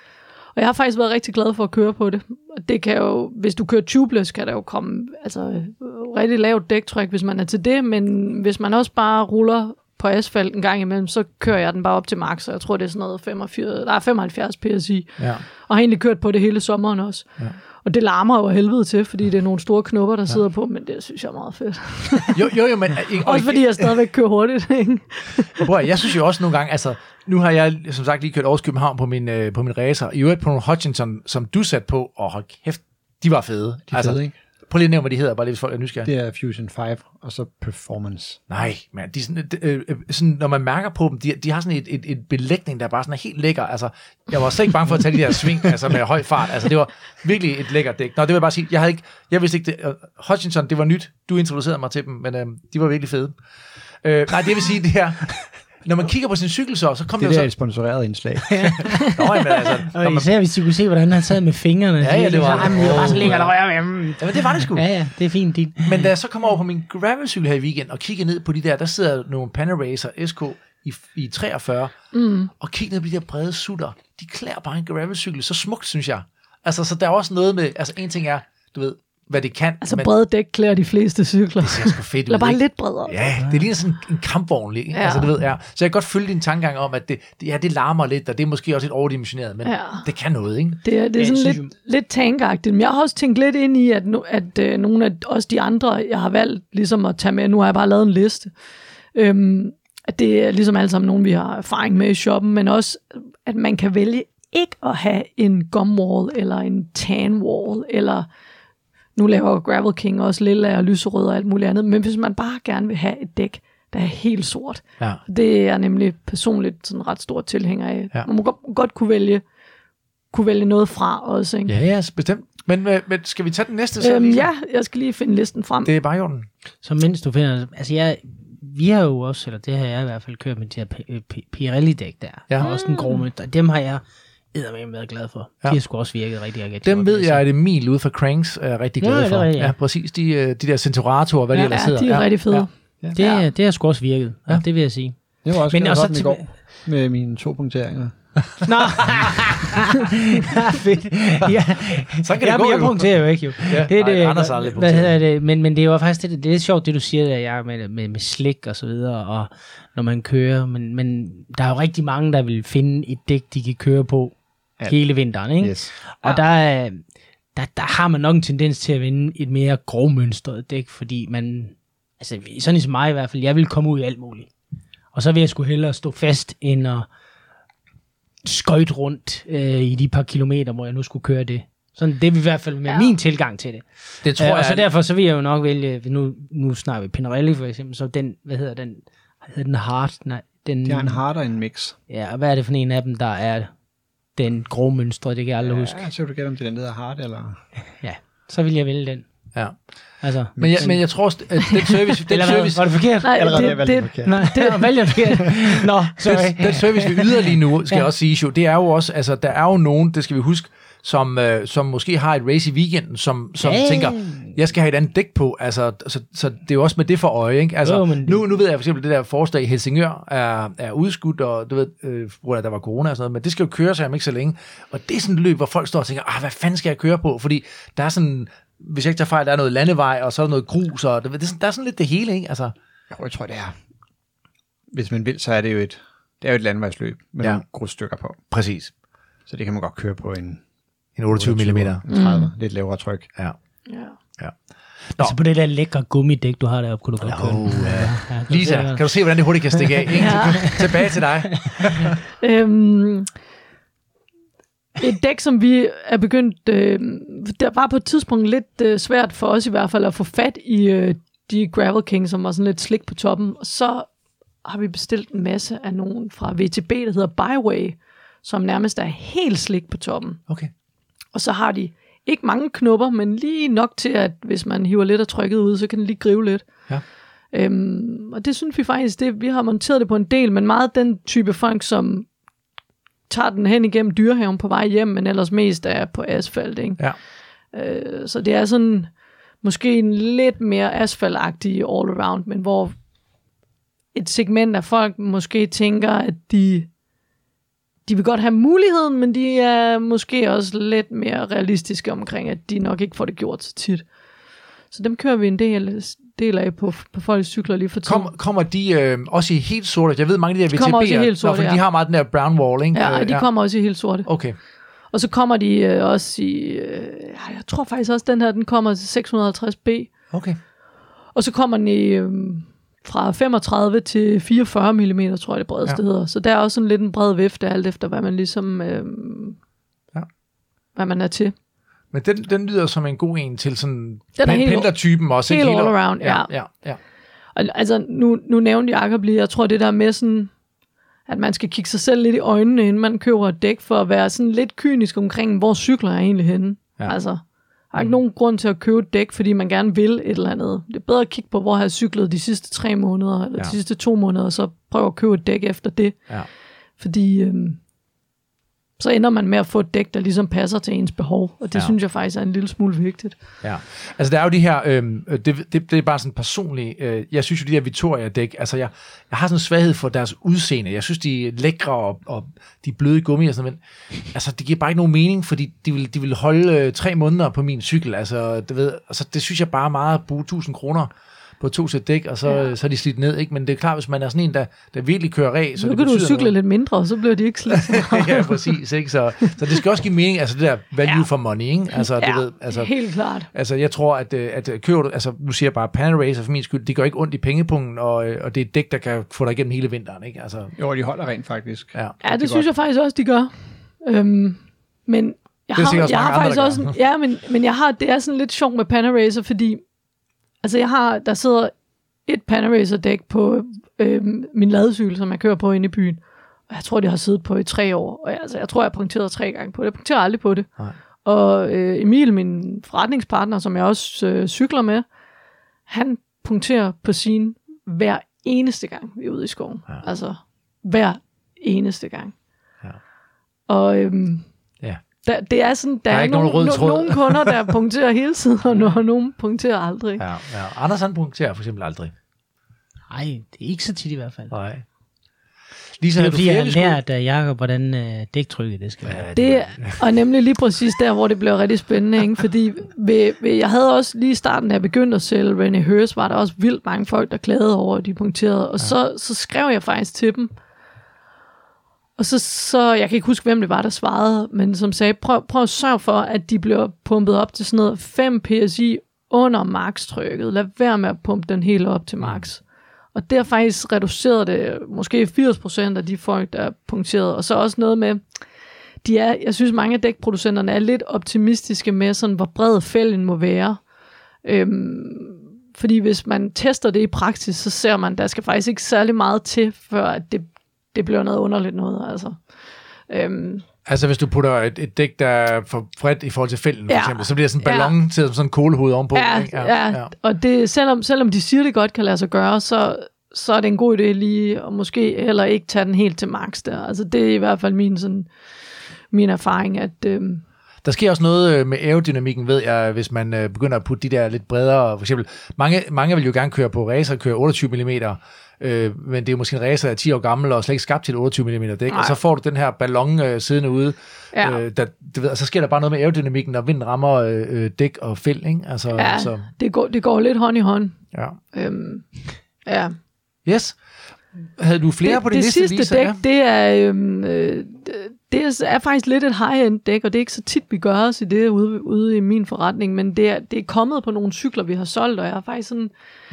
Speaker 3: Og jeg har faktisk været rigtig glad for at køre på det. Det kan jo, hvis du kører tubeless, kan der jo komme altså, rigtig lavt dæktryk, hvis man er til det, men hvis man også bare ruller på asfalt en gang imellem, så kører jeg den bare op til max, og jeg tror, det er sådan noget femogfirs, nej, femoghalvfjerds P S I.
Speaker 1: Ja.
Speaker 3: Og har egentlig kørt på det hele sommeren også. Ja. Og det larmer jo helvede til, fordi det er nogle store knopper, der ja. sidder på, men det synes jeg er meget fedt.
Speaker 1: jo, jo, jo, men...
Speaker 3: også fordi jeg stadigvæk kører hurtigt, ikke?
Speaker 1: Bror, jeg synes jo også nogle gange, altså, nu har jeg som sagt lige kørt Aarhus København på min, øh, på min racer, i øvrigt på nogle Hutchinson, som du satte på, og hold kæft, de var fede.
Speaker 4: De er
Speaker 1: altså,
Speaker 4: fede, ikke?
Speaker 1: Prøv lige at nævne, hvad de hedder, bare lige hvis folk er nysgerrige.
Speaker 4: Det er Fusion fem, og så Performance.
Speaker 1: Nej, man, de sådan, øh, øh, sådan, når man mærker på dem, de, de har sådan et, et, et belægning, der bare sådan er helt lækker. Altså, jeg var slet ikke bange for at tage de der sving, altså med høj fart. Altså, det var virkelig et lækkert dæk. Nå, det vil jeg bare sige, jeg havde ikke, jeg vidste ikke det. Uh, Hutchinson, det var nyt. Du introducerede mig til dem, men øh, de var virkelig fede. Øh, nej, det vil sige, det her... Når man kigger på sin cykel, så, så kommer
Speaker 4: det
Speaker 1: det jo så...
Speaker 4: Det er et sponsoreret indslag.
Speaker 1: Nå, men altså...
Speaker 2: Og især man... hvis I kunne se, hvordan han sad med fingrene.
Speaker 1: Ja, ja, det var...
Speaker 2: Så, det var bare så lækkert at røre med.
Speaker 1: Ja, det var det sgu.
Speaker 2: Ja, ja, det er fint, din.
Speaker 1: Men da jeg så kommer over på min gravelcykel her i weekend, og kigger ned på de der, der sidder nogle Panaracer S K i, i treogfyrre, mm. og kigger ned på de der brede sutter. De klæder bare en gravelcykel så smukt, synes jeg. Altså, så der er også noget med... Altså, en ting er, du ved... hvad det kan.
Speaker 3: Altså men, brede dæk klæder de fleste cykler.
Speaker 1: Det ser sgu fedt ud.
Speaker 3: Eller bare ikke? Lidt bredere.
Speaker 1: Ja, det ligner sådan en kampvogn. Ja. Altså, du ved, ja. Så jeg kan godt følge din tankegang om, at det, det, ja, det larmer lidt, og det er måske også lidt overdimensioneret, men ja. Det kan noget, ikke?
Speaker 3: Det er, det er sådan ja, lidt, jeg... lidt tankagtigt. Men jeg har også tænkt lidt ind i, at, no, at uh, nogle af også de andre, jeg har valgt ligesom at tage med, nu har jeg bare lavet en liste, øhm, at det er ligesom alle sammen nogen, vi har erfaring med i shoppen, men også, at man kan vælge ikke at have en gumwall, eller en tan wall, eller nu laver Gravel King også lilla og lyserød og alt muligt andet, men hvis man bare gerne vil have et dæk, der er helt sort, ja. Det er jeg nemlig personligt sådan ret stor tilhænger af. Ja. Man må godt, godt kunne vælge, kunne vælge noget fra også, ikke?
Speaker 1: Ja, ja, bestemt. Men, men skal vi tage den næste? Så
Speaker 3: øhm, ja, jeg skal lige finde listen frem.
Speaker 1: Det er bare i orden.
Speaker 2: Så mens du finder, altså jeg, vi har jo også, eller det har jeg i hvert fald kørt med de her Pirelli-dæk der, ja. Og også den grove mønter. Dem har jeg eddermame været glad for. Ja. De har sgu også virket rigtig, rigtig
Speaker 1: Dem
Speaker 2: godt,
Speaker 1: ved jeg, at Emil ude fra Cranks er rigtig glad ja, for. Ja. Ja, præcis. De, de der Centoratorer, hvad
Speaker 3: ja,
Speaker 1: de ellers
Speaker 3: ja,
Speaker 1: hedder.
Speaker 3: de er ja. rigtig fede.
Speaker 2: Ja. Ja. Det, det har sgu også virket. Ja. Ja, det vil jeg sige.
Speaker 4: Jeg var også
Speaker 2: Men
Speaker 4: glad
Speaker 2: også
Speaker 4: for den i
Speaker 2: til-
Speaker 4: går med mine to punkteringer.
Speaker 2: Nå, ja, fedt. Ja.
Speaker 1: Så kan det
Speaker 2: jeg,
Speaker 1: gå,
Speaker 2: jeg
Speaker 1: jo.
Speaker 2: punkterer jo ikke, jo.
Speaker 1: Ja,
Speaker 2: det, er
Speaker 1: nej,
Speaker 2: det,
Speaker 1: Anders har aldrig
Speaker 2: hvad
Speaker 1: punkteret.
Speaker 2: hedder det? Men, men det er jo faktisk det, det er lidt sjovt, det du siger, der, jeg med, med, med slik og så videre, og når man kører, men, men der er jo rigtig mange, der vil finde et dæk, de kan køre på
Speaker 4: Ja.
Speaker 2: hele vinteren, ikke?
Speaker 4: Yes.
Speaker 2: Og der, er- der, der har man nok en tendens til at vinde et mere grovmønstret dæk, fordi man, altså sådan som mig i hvert fald, jeg vil komme ud i alt muligt. Og så vil jeg sgu hellere stå fast, end at skøjte rundt øh, i de par kilometer, hvor jeg nu skulle køre det. Sådan, det er i hvert fald med
Speaker 3: Ja.
Speaker 2: ja. min tilgang til det.
Speaker 1: Det tror
Speaker 2: Øh,
Speaker 1: jeg,
Speaker 2: og så derfor, så vil jeg jo nok vælge, nu, nu snakker vi Pinarelli for eksempel, så den, hvad hedder den, hedder den Hard? Nej, den,
Speaker 4: De har en hard og en mix.
Speaker 2: ja, og hvad er det for en af dem, der er den grovmønstrede, det kan jeg aldrig
Speaker 4: Ja,
Speaker 2: huske.
Speaker 4: så du gætte, om det er den, der hedder hard, eller...
Speaker 2: Ja, så vil jeg vælge den.
Speaker 1: ja.
Speaker 2: Altså,
Speaker 1: Men, jeg, men jeg tror, at den service, den
Speaker 2: eller hvad,
Speaker 1: service,
Speaker 2: var det forkert?
Speaker 3: Nej,
Speaker 4: Allerede
Speaker 3: det,
Speaker 4: det, valgte
Speaker 3: det,
Speaker 4: det, forkert.
Speaker 2: Nej, det var jeg forkert. Nå, sorry.
Speaker 1: den, den service, vi yder lige nu, skal
Speaker 2: Ja.
Speaker 1: jeg også sige, jo, det er jo også, altså, der er jo nogen, det skal vi huske, som, øh, som måske har et race i weekenden, som, som
Speaker 2: Ja.
Speaker 1: tænker, jeg skal have et andet dæk på, altså, så, så det er jo også med det for øje, ikke? Altså,
Speaker 2: Jo, men-
Speaker 1: nu, nu ved jeg for eksempel, det der forslag i Helsingør er, er udskudt, og du ved, øh, hvor der var corona og sådan noget, men det skal jo køre sig om ikke så længe, og det er sådan et løb, hvor folk står og tænker, ah, hvad fanden skal jeg køre på? Fordi der er sådan, hvis jeg ikke tager fejl, der er noget landevej, og så er der noget grus, og det, det er sådan, der er sådan lidt det hele, ikke? Altså,
Speaker 4: Jo, jeg tror, det er... Hvis man vil, så er det jo et, det er jo et landvejsløb med
Speaker 1: Ja.
Speaker 4: ja. nogle grusstykker på.
Speaker 1: præcis.
Speaker 4: Så det kan man godt køre på en
Speaker 1: En otteogtyve millimeter.
Speaker 4: en tredive, lidt lavere tryk.
Speaker 1: Ja.
Speaker 3: ja.
Speaker 1: ja.
Speaker 2: Altså på det der lækre gummidæk, du har deroppe, kunne du godt køre.
Speaker 1: Oh, ja.
Speaker 2: Ja, det
Speaker 1: Lisa,
Speaker 2: er-
Speaker 1: kan du se, hvordan det hurtigt kan stikke af? Ikke?
Speaker 3: Ja.
Speaker 1: Tilbage til dig.
Speaker 3: Øhm, et dæk, som vi er begyndt... Øh, der var på et tidspunkt lidt øh, svært for os i hvert fald at få fat i øh, de Gravel King, som var sådan lidt slik på toppen. Og så har vi bestilt en masse af nogen fra V T B, der hedder Byway, som nærmest er helt slik på toppen.
Speaker 1: Okay.
Speaker 3: Og så har de ikke mange knopper, men lige nok til, at hvis man hiver lidt af trykket ud, så kan den lige gribe lidt.
Speaker 1: Ja.
Speaker 3: Øhm, og det synes vi faktisk, det, vi har monteret det på en del, men meget den type folk, som tager den hen igennem Dyrehaven på vej hjem, men ellers mest er på asfalt, ikke?
Speaker 1: Ja.
Speaker 3: Øh, så det er sådan måske en lidt mere asfaltagtig all around, men hvor et segment af folk måske tænker, at de de vil godt have muligheden, men de er måske også lidt mere realistiske omkring, at de nok ikke får det gjort så tit. Så dem kører vi en del, del af på, på folks cykler lige for tiden.
Speaker 1: Kom, kommer de øh, også i helt sorte? Jeg ved, mange af de der V T B'er,
Speaker 3: kommer også i helt sorte,
Speaker 1: Nå, fordi
Speaker 3: ja.
Speaker 1: de har meget den der brown wall, ikke?
Speaker 3: Ja,
Speaker 1: Øh,
Speaker 3: og de kommer også i helt sorte.
Speaker 1: Okay.
Speaker 3: Og så kommer de øh, også i, øh, jeg tror faktisk også, den her, den kommer til seks hundrede og halvtreds B.
Speaker 1: Okay.
Speaker 3: Og så kommer den i, øh, fra femogtredive til fireogfyrre millimeter, tror jeg det bredeste
Speaker 1: Ja.
Speaker 3: ja. hedder. Så der er også sådan lidt en bred vifte, alt efter hvad man ligesom, øh,
Speaker 1: Ja.
Speaker 3: hvad man er til.
Speaker 1: Men den, den lyder som en god en til sådan
Speaker 3: Den er
Speaker 1: pen-
Speaker 3: helt-
Speaker 1: pendlertypen også.
Speaker 3: helt
Speaker 1: ikke?
Speaker 3: all around,
Speaker 1: ja.
Speaker 3: ja.
Speaker 1: ja, ja.
Speaker 3: Og altså, nu, nu nævnte Jacob lige, jeg tror det der med sådan, at man skal kigge sig selv lidt i øjnene, inden man køber et dæk, for at være sådan lidt kynisk omkring, hvor cykler er egentlig henne.
Speaker 1: Ja.
Speaker 3: Ja. Altså, der er ikke mm. nogen grund til at købe et dæk, fordi man gerne vil et eller andet. Det er bedre at kigge på, hvor har jeg cyklet de sidste tre måneder, eller
Speaker 1: Ja.
Speaker 3: de sidste to måneder, og så prøve at købe et dæk efter det.
Speaker 1: Ja.
Speaker 3: Fordi øhm, så ender man med at få et dæk, der ligesom passer til ens behov, og det
Speaker 1: Ja.
Speaker 3: ja. synes jeg faktisk er en lille smule vigtigt.
Speaker 1: Ja, altså der er jo de her, øh, det, det, det er bare sådan personligt, øh, jeg synes jo de her Vittoria-dæk, altså jeg, jeg har sådan en svaghed for deres udseende, jeg synes de er lækre og, og de er bløde gummi og sådan noget, men altså det giver bare ikke nogen mening, fordi de vil, de vil holde øh, tre måneder på min cykel, altså, du ved, altså det synes jeg bare er meget at bruge tusind kroner på to sæt dæk, og så, ja. så er de slidt ned, ikke? Men det er klart, hvis man er sådan en, der, der virkelig kører af, så
Speaker 3: Nu
Speaker 1: det
Speaker 3: kan du
Speaker 1: betyder
Speaker 3: cykle
Speaker 1: noget.
Speaker 3: lidt mindre, og så bliver de ikke slidt.
Speaker 1: Ja, præcis, ikke? Så, så det skal også give mening, altså det der value ja. for money, ikke? Altså,
Speaker 3: ja,
Speaker 1: du ved, altså,
Speaker 3: helt klart.
Speaker 1: Altså, jeg tror, at, at køber du, altså, nu siger jeg bare Panaracer for min skyld, det gør ikke ondt i pengepungen, og, og det er et dæk, der kan få dig igennem hele vinteren, ikke? Altså,
Speaker 4: Jo, de holder rent faktisk.
Speaker 1: ja.
Speaker 3: Ja, det,
Speaker 4: er
Speaker 3: synes
Speaker 4: godt.
Speaker 3: jeg faktisk også, de gør. Øhm, men jeg
Speaker 1: Det er
Speaker 3: har,
Speaker 1: sikkert også
Speaker 3: jeg
Speaker 1: mange
Speaker 3: har faktisk
Speaker 1: andre,
Speaker 3: også,
Speaker 1: der
Speaker 3: en, ja, men, men jeg har, det er sådan lidt sjovt med Panaracer, fordi altså jeg har, der sidder et Panaracer dæk på øhm, min ladecykel, som jeg kører på inde i byen. Og jeg tror, det har siddet på i tre år. Og jeg, altså, jeg tror, jeg har punkteret tre gange på det. Jeg punkterer aldrig på det.
Speaker 1: Nej.
Speaker 3: Og øh, Emil, min forretningspartner, som jeg også øh, cykler med, han punkterer på sin hver eneste gang, vi er ude i skoven.
Speaker 1: Ja.
Speaker 3: Altså hver eneste gang.
Speaker 1: Ja.
Speaker 3: Og øhm,
Speaker 1: Ja.
Speaker 3: der, det er sådan, der,
Speaker 1: Der er
Speaker 3: er,
Speaker 1: ikke nogen
Speaker 3: nogle,
Speaker 1: rød tråd.
Speaker 3: nogle kunder, der punkterer hele tiden, og no- nogen punkterer aldrig.
Speaker 1: Ja, ja. Anders han punkterer for eksempel aldrig.
Speaker 2: Nej, det er ikke så tit i hvert fald.
Speaker 1: Nej. Lisa,
Speaker 2: Det
Speaker 1: har
Speaker 2: er
Speaker 1: du
Speaker 2: fordi, jeg
Speaker 1: flere,
Speaker 2: har
Speaker 1: vi skulle...
Speaker 2: lært af Jacob, hvordan øh, dæktrykket det skal være.
Speaker 3: Det er nemlig lige præcis der, hvor det blev rigtig spændende, ikke? Fordi ved, ved, jeg havde også lige i starten, da jeg begyndte at sælge René Hurs, var der også vildt mange folk, der klagede over, at de punkterede. Og ja. så, så skrev jeg faktisk til dem. Og så, så, jeg kan ikke huske, hvem det var, der svarede, men som sagde, prøv, prøv at sørge for, at de bliver pumpet op til sådan noget fem P S I under max-trykket. Lad være med at pumpe den helt op til max. Og det har faktisk reduceret det måske firs procent af de folk, der er punkteret. Og så også noget med, de er, jeg synes mange af dækproducenterne er lidt optimistiske med, sådan, hvor bred fælden må være. Øhm, fordi hvis man tester det i praksis, så ser man, at der skal faktisk ikke særlig meget til, før at det, det bliver noget underligt noget. Altså. Øhm,
Speaker 1: Altså hvis du putter et, et dæk, der er for bredt i forhold til fælden, for
Speaker 3: ja,
Speaker 1: eksempel, så bliver det sådan en ballon ja. til sådan en kålehoved ovenpå.
Speaker 3: Ja,
Speaker 1: ikke?
Speaker 3: ja, ja. Og det, selvom, selvom de siger, det godt kan lade sig gøre, så, så er det en god idé lige at måske heller ikke tage den helt til max der. Altså det er i hvert fald min, sådan, min erfaring, at... Øhm, Der
Speaker 1: sker også noget med aerodynamikken, ved jeg, hvis man øh, begynder at putte de der lidt bredere, for eksempel, mange, mange vil jo gerne køre på racer, køre otteogtyve millimeter, øh, men det er jo måske en racer, der er ti år gammel, og slet ikke skabt til et otteogtyve millimeter dæk, og så får du den her ballon øh, siddende ude,
Speaker 3: ja.
Speaker 1: øh, der, du ved, og så sker der bare noget med aerodynamikken, når vinden rammer øh, dæk og fæld, ikke? Altså,
Speaker 3: ja,
Speaker 1: så. Det,
Speaker 3: går, det går lidt hånd i hånd.
Speaker 1: Ja.
Speaker 3: Øhm, ja.
Speaker 1: Yes. Havde du flere
Speaker 3: det,
Speaker 1: på din
Speaker 3: det
Speaker 1: liste,
Speaker 3: sidste
Speaker 1: Lisa?
Speaker 3: dæk,
Speaker 1: Ja.
Speaker 3: det er, øhm, øh, det er faktisk lidt et high-end dæk, og det er ikke så tit, vi gør os i det ude, ude i min forretning, men det er, det er kommet på nogle cykler, vi har solgt, og jeg er faktisk sådan,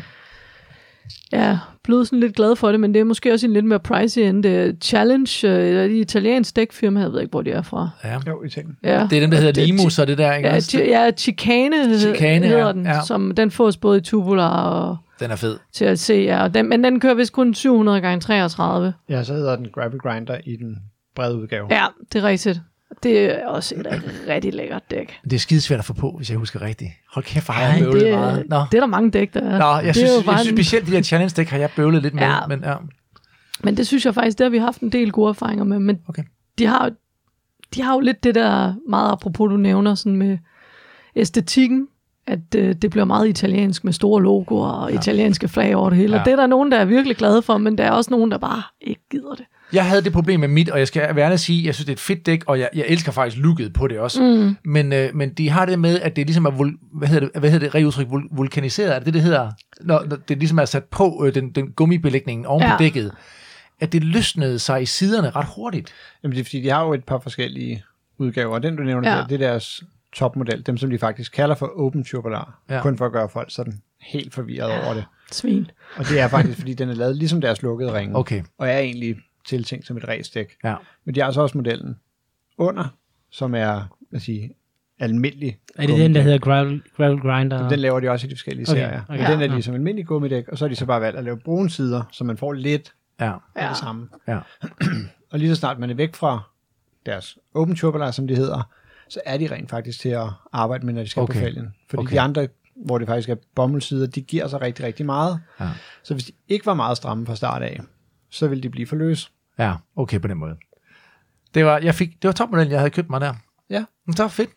Speaker 3: ja, blevet sådan lidt glad for det, men det er måske også en lidt mere pricey end det. Challenge, øh, de italienske dækfirma, jeg ved ikke, hvor de er fra.
Speaker 1: Ja.
Speaker 4: Jo, i Italien.
Speaker 3: Ja.
Speaker 1: Det er dem, der hedder Limus og det der, ikke
Speaker 3: ja,
Speaker 1: også?
Speaker 3: Chi- ja, Chicane,
Speaker 1: Chicane
Speaker 3: hedder
Speaker 1: ja.
Speaker 3: den,
Speaker 1: Ja.
Speaker 3: som den fås både i tubular og
Speaker 1: Den er fed.
Speaker 3: til at se, ja. Og den, men den kører vist kun syv hundrede gange treogtredive.
Speaker 4: Ja, så hedder den Gravel Grinder i den brede udgave.
Speaker 3: Ja, det er rigtigt. Det er også et rigtig lækkert dæk.
Speaker 1: Det er skidesvært at få på, hvis jeg husker rigtigt. Hold kæft, hvor har
Speaker 3: Ej,
Speaker 1: jeg bøvlet
Speaker 3: det,
Speaker 1: meget. Nå.
Speaker 3: det er der mange dæk, der er.
Speaker 1: Nå, jeg
Speaker 3: det
Speaker 1: synes,
Speaker 3: er
Speaker 1: jeg synes
Speaker 3: en...
Speaker 1: specielt de der challenge-dæk har jeg bøvlet lidt med.
Speaker 3: Ja.
Speaker 1: Men, ja.
Speaker 3: men det synes jeg faktisk, det har vi haft en del gode erfaringer med. Men
Speaker 1: okay.
Speaker 3: de, har, de har jo lidt det der, meget apropos du nævner, sådan med æstetikken, at øh, det bliver meget italiensk med store logoer og ja. italienske flag over det hele. Ja. Og det er der nogen, der er virkelig glade for, men der er også nogen, der bare ikke gider det.
Speaker 1: Jeg havde det problem med mit, og jeg skal være ærlig at sige, jeg synes, det er et fedt dæk, og jeg, jeg elsker faktisk looket på det også.
Speaker 3: Mm.
Speaker 1: Men, øh, men de har det med, at det ligesom er, vul, hvad hedder det, hvad hedder det reudtryk, vul, vulkaniseret, er det det, det hedder? Når, når det ligesom er sat på øh, den, den gummibelægningen oven ja. på dækket, at det løsnede sig i siderne ret hurtigt.
Speaker 4: Jamen det er fordi, de har jo et par forskellige udgaver, og den du nævner, ja. der, det er deres topmodel, dem som de faktisk kalder for open tubular, ja. kun for at gøre folk sådan helt forvirret ja. over det.
Speaker 3: Svin.
Speaker 4: Og det er faktisk, fordi den er lavet ligesom deres lukkede ringe,
Speaker 1: okay.
Speaker 4: og er egentlig tiltænkt som et ræsdæk.
Speaker 1: Ja.
Speaker 4: Men de har altså også modellen under, som er, hvad sige, almindelig.
Speaker 2: Er det den, der hedder Gravel, gravel Grinder?
Speaker 4: Den laver de også i de forskellige
Speaker 2: okay.
Speaker 4: serier.
Speaker 2: Okay.
Speaker 4: Men ja. den er ligesom almindelig gummidæk, og så har de så bare valgt at lave brune sider, så man får lidt
Speaker 1: ja.
Speaker 4: af det samme.
Speaker 1: Ja.
Speaker 4: Og lige så snart man er væk fra deres open tubular, som de hedder, så er de rent faktisk til at arbejde med, når de skal okay. på fælgen. Fordi okay. de andre, hvor det faktisk er bommelsider, de giver sig rigtig, rigtig meget. Ja. Så hvis de ikke var meget stramme fra start af, så ville de blive for løse.
Speaker 1: Ja, okay på den måde. Det var, jeg fik, det var topmodellen, jeg havde købt mig der.
Speaker 4: Ja.
Speaker 1: Det var fedt.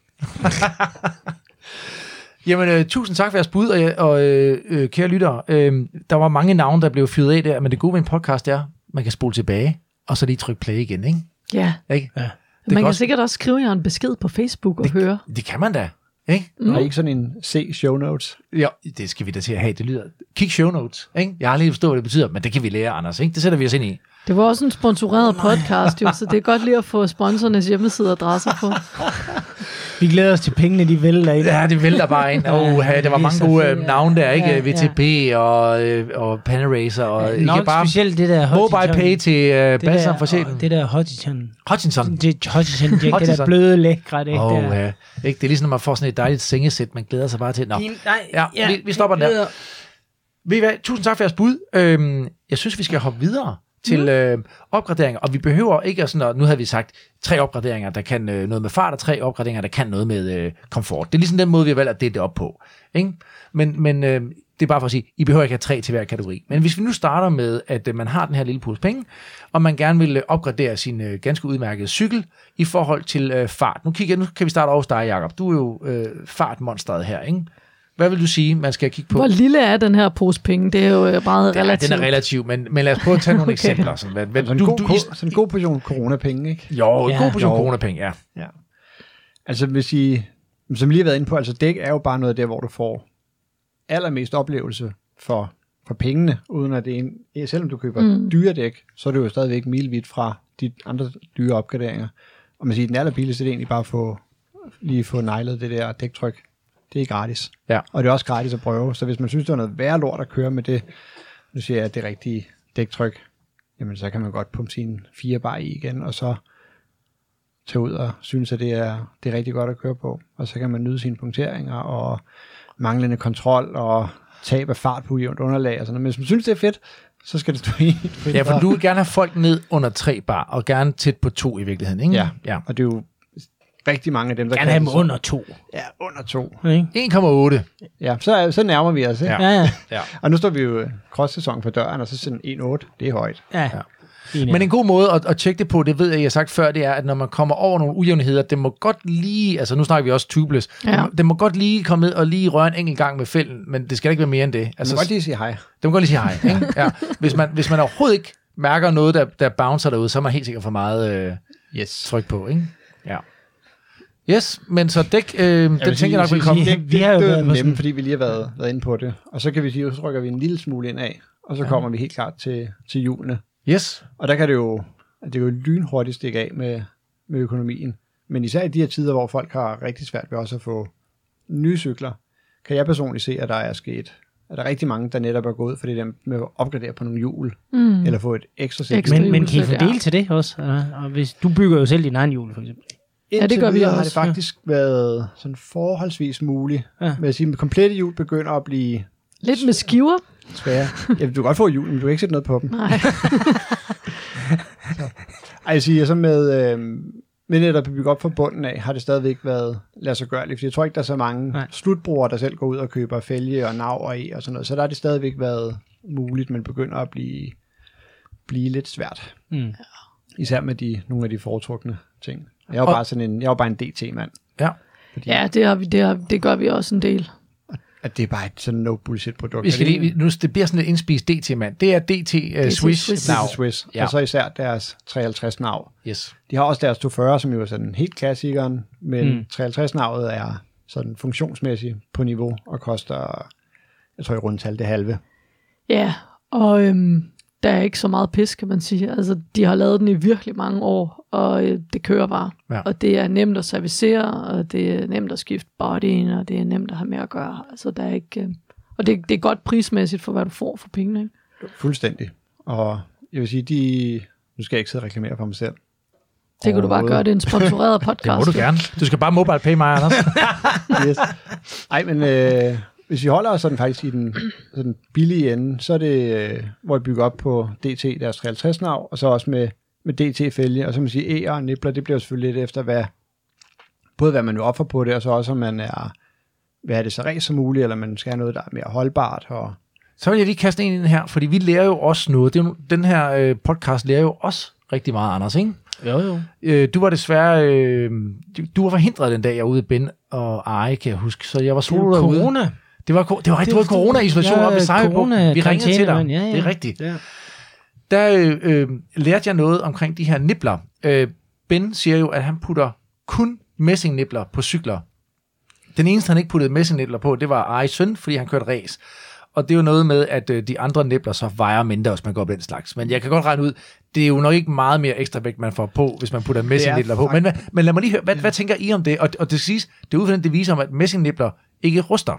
Speaker 1: Jamen, øh, tusind tak for jeres bud, og, og øh, kære lyttere. Øh, der var mange navne, der blev fyret af der, men det gode ved en podcast er, man kan spole tilbage, og så lige trykke play igen, ikke?
Speaker 3: Ja.
Speaker 1: Ikke? Ja.
Speaker 3: Man kan også sikkert også skrive jer en besked på Facebook og
Speaker 1: det,
Speaker 3: høre.
Speaker 1: Det kan man da, ikke?
Speaker 4: Mm. Og ikke sådan en se show notes.
Speaker 1: Ja, det skal vi da til at have. Det lyder. Kig show notes, ikke? Jeg har lige forstået, hvad det betyder, men det kan vi lære, Anders, ikke? Det sætter vi os ind i.
Speaker 3: Det var også en sponsoreret podcast, jo, så det er godt lige at få sponsorernes hjemmesideadresser på.
Speaker 2: Vi glæder os til pengene, de vælter ind.
Speaker 1: Ja, de vælter bare ind. Oh, ja, der var mange gode øh, navne der, ikke?
Speaker 2: Ja,
Speaker 1: V T P ja. og, øh, og Panaracer. Og
Speaker 2: ja, nok bare specielt det der
Speaker 1: Mobile Pay til øh, Balsam for sjælen.
Speaker 2: Det der Hutchinson.
Speaker 1: Hutchinson.
Speaker 2: Det, Hutchinson, det, det der bløde lækre, det
Speaker 1: oh,
Speaker 2: der.
Speaker 1: Ja. Ikke? Det er ligesom, at man får sådan et dejligt sengesæt, man glæder sig bare til. Nå.
Speaker 2: Din, nej,
Speaker 1: ja, ja, vi, vi stopper den der. Ved I hvad? Tusind tak for jeres bud. Øhm, jeg synes, vi skal hoppe videre til mm. øh, opgraderinger, og vi behøver ikke at sådan, og nu havde vi sagt tre opgraderinger, der kan øh, noget med fart, og tre opgraderinger, der kan noget med øh, komfort. Det er ligesom den måde, vi har valgt at dele det op på. Ikke? Men, men øh, det er bare for at sige, I behøver ikke have tre til hver kategori. Men hvis vi nu starter med, at øh, man har den her lille pose penge, og man gerne vil øh, opgradere sin øh, ganske udmærkede cykel i forhold til øh, fart. Nu, kigger, nu kan vi starte over hos dig, Jacob. Du er jo øh, fartmonsteret her, ikke? Hvad vil du sige, man skal kigge på?
Speaker 3: Hvor lille er den her pose penge? Det er jo meget
Speaker 1: det er,
Speaker 3: relativt.
Speaker 1: Den er relativ, men, men lad os prøve at tage nogle
Speaker 3: Okay.
Speaker 1: eksempler. Sådan, hvad, hvad,
Speaker 4: Sådan en
Speaker 1: du,
Speaker 4: god,
Speaker 1: du,
Speaker 4: ko- sådan en god portion coronapenge, ikke?
Speaker 1: jo, en
Speaker 2: Ja.
Speaker 1: god portion
Speaker 4: Jo.
Speaker 1: coronapenge, ja.
Speaker 4: Ja. Altså hvis I, som vi lige har været inde på, altså dæk er jo bare noget der, hvor du får allermest oplevelse for, for pengene, uden at det er en, selvom du køber mm. dyre dæk, så er det jo stadigvæk milvidt fra de andre dyre opgraderinger. Og man siger, den allerbilligste, det er egentlig bare at få, lige få nejlet det der dæktryk. Det er gratis.
Speaker 1: Ja.
Speaker 4: Og det er også gratis at prøve, så hvis man synes, det er noget værre lort at køre med det, nu siger jeg, at det rigtige dæktryk, jamen så kan man godt pumpe sine fire bar i igen, og så tage ud og synes, at det er, det er rigtig godt at køre på. Og så kan man nyde sine punkteringer og manglende kontrol og tab af fart på ujævnt underlag og sådan noget. Men hvis man synes, det er fedt, så skal det stå i.
Speaker 1: Ja, for du vil gerne have folk ned under tre bar, og gerne tæt på to i virkeligheden, ikke?
Speaker 4: Ja,
Speaker 1: ja.
Speaker 4: og det er jo rigtig mange af dem, der
Speaker 2: Gerne have dem
Speaker 4: det.
Speaker 2: under to.
Speaker 4: Ja, under to.
Speaker 2: Ikke?
Speaker 1: en komma otte.
Speaker 4: Ja, så, så nærmer vi os, ikke?
Speaker 1: Ja.
Speaker 2: Ja, ja.
Speaker 1: Ja.
Speaker 4: Og nu står vi jo cross-sæson for døren, og så sådan en komma otte, det er højt.
Speaker 2: ja.
Speaker 1: Ja.
Speaker 2: Enig.
Speaker 1: Men en god måde at, at tjekke det på, det ved jeg, jeg har sagt før, det er, at når man kommer over nogle ujævnheder, det må godt lige, altså nu snakker vi også tubeless,
Speaker 3: Ja.
Speaker 1: det, må, det må godt lige komme ned og lige røre en enkelt gang med fælden, men det skal ikke være mere end det.
Speaker 4: Altså,
Speaker 1: Altså,
Speaker 4: man kan godt lige sige hej.
Speaker 1: det må godt lige sige hej. Ikke? Ja. Hvis, man, hvis man overhovedet ikke mærker noget, der, der bouncer derude, så er man helt sikkert for meget øh,
Speaker 4: Yes.
Speaker 1: tryk på. Ikke? Ja. Yes, men så dæk, øh, det
Speaker 4: vil
Speaker 1: tænker jeg nok
Speaker 4: sige-
Speaker 1: vil komme.
Speaker 2: sige-
Speaker 4: Det,
Speaker 2: Vi
Speaker 4: det,
Speaker 2: har jo
Speaker 4: det er
Speaker 2: været på
Speaker 4: nemme,
Speaker 2: sådan-
Speaker 4: fordi vi lige har været, været inde på det. Og så kan vi sige, så rykker vi en lille smule ind af, og så ja. kommer vi helt klart til, til hjulene.
Speaker 1: Yes.
Speaker 4: Og der kan det jo, det kan jo lynhurtigt stikke af med, med økonomien. Men især i de her tider, hvor folk har rigtig svært ved også at få nye cykler, kan jeg personligt se, at der er sket, at der er rigtig mange, der netop er gået for det der med at opgradere på nogle hjul,
Speaker 3: Mm.
Speaker 4: eller få et ekstra sæt.
Speaker 3: Ekstra
Speaker 2: Men, men kan I
Speaker 3: hjulsæt,
Speaker 2: fordele
Speaker 3: ja.
Speaker 2: til det også? Eller? Og hvis, du bygger jo selv din egen hjul, for eksempel.
Speaker 4: Indtil
Speaker 3: det gør vi
Speaker 4: videre har
Speaker 3: også,
Speaker 4: det faktisk ja. været sådan forholdsvis muligt.
Speaker 2: Ja.
Speaker 4: Men at sige, at komplette hjul begynder at blive
Speaker 3: Lidt med skiver.
Speaker 4: svære. Ja, du kan godt få hjul, men du kan ikke sætte noget på dem.
Speaker 3: Nej.
Speaker 4: Ej, jeg siger, så med, øh, med netop at bygge op fra bunden af, har det stadigvæk været lad sig gøre, fordi jeg tror ikke, der er så mange
Speaker 2: Nej.
Speaker 4: slutbrugere, der selv går ud og køber fælge og naver i og sådan noget, så der har det stadigvæk været muligt, men begynder at blive, blive lidt svært.
Speaker 2: Mm.
Speaker 4: Især med de, nogle af de foretrukne ting. Jeg er jo
Speaker 1: Og-
Speaker 4: bare sådan en, jeg er jo bare en D T-mand.
Speaker 1: Ja.
Speaker 4: Fordi
Speaker 3: Ja, det, har vi, det, har, det gør vi også en del.
Speaker 4: at det er bare et sådan no bullshit produkt.
Speaker 1: Vi skal
Speaker 4: Er det
Speaker 1: lige, nu, det bliver sådan et indspist D T-mand. Det er D T uh, Swiss.
Speaker 3: Swiss.
Speaker 1: Now.
Speaker 4: D T Swiss,
Speaker 1: Ja.
Speaker 4: og så især deres tre halvtreds nav.
Speaker 1: Yes.
Speaker 4: De har også deres to fyrre, som jo er sådan helt klassikeren, men
Speaker 2: Mm.
Speaker 4: mm. tre halvtreds navet er sådan funktionsmæssigt på niveau og koster, jeg tror i rundt tal det halve.
Speaker 3: Ja, og øhm, der er ikke så meget pis, kan man sige. Altså, de har lavet den i virkelig mange år, og øh, det kører bare.
Speaker 1: Ja.
Speaker 3: Og det er nemt at servicere, og det er nemt at skifte bodyen, og det er nemt at have med at gøre. Altså, der er ikke... Øh, og det, det er godt prismæssigt for, hvad du får for pengene, ikke?
Speaker 4: Fuldstændig. Og jeg vil sige, de, nu skal jeg ikke sidde og reklamere for mig selv.
Speaker 3: Det kan du bare gøre, det er en sponsoreret podcast.
Speaker 1: Det må du gerne. Du skal bare mobile pay mig, Anders.
Speaker 4: Yes. Ej, men øh, hvis vi holder os sådan faktisk i den sådan billige ende, så er det, øh, hvor vi bygger op på D T, deres tre halvtreds nav, og så også med, med D T-fælge, og så man sige, E'er og nibler, det bliver selvfølgelig lidt efter, hvad, både hvad man vil ofre på det, og så også, om man er, vil have det så ræs som muligt, eller man skal have noget, der er mere holdbart. Og
Speaker 1: Så vil jeg lige kaste en ind her, fordi vi lærer jo også noget. Det er jo, den her øh, podcast lærer jo også rigtig meget, Anders, ikke?
Speaker 2: Jo, jo.
Speaker 1: Øh, du var desværre, øh, du, du var forhindret den dag, jeg var ude i Ben og Eje, kan jeg huske. Så jeg var
Speaker 2: Det er
Speaker 1: solo
Speaker 2: jo
Speaker 1: derude.
Speaker 2: corona.
Speaker 1: Det var, ko- det var rigtigt, det
Speaker 2: Det
Speaker 1: var
Speaker 2: var-
Speaker 1: corona-isolation
Speaker 2: ja,
Speaker 1: oppe i Sejlbugt.
Speaker 2: corona-
Speaker 1: Vi ringede til dig.
Speaker 2: karantæne, ja, ja.
Speaker 1: Det er rigtigt.
Speaker 2: Ja.
Speaker 1: Der øh, øh, lærte jeg noget omkring de her nibler. Øh, Ben siger jo, at han putter kun messingnibler på cykler. Den eneste, han ikke puttede messingnibler på, det var Ejes søn, fordi han kørte race. Og det er jo noget med, at øh, de andre nibler så vejer mindre, hvis man går på den slags. Men jeg kan godt regne ud, det er jo nok ikke meget mere ekstra vægt, man får på, hvis man putter messingnibler på. Men, hvad- men lad mig lige høre, hvad, hvad tænker I om det? Og, og det siges, det er ud fra den devise om, at messingnibler ikke ruster.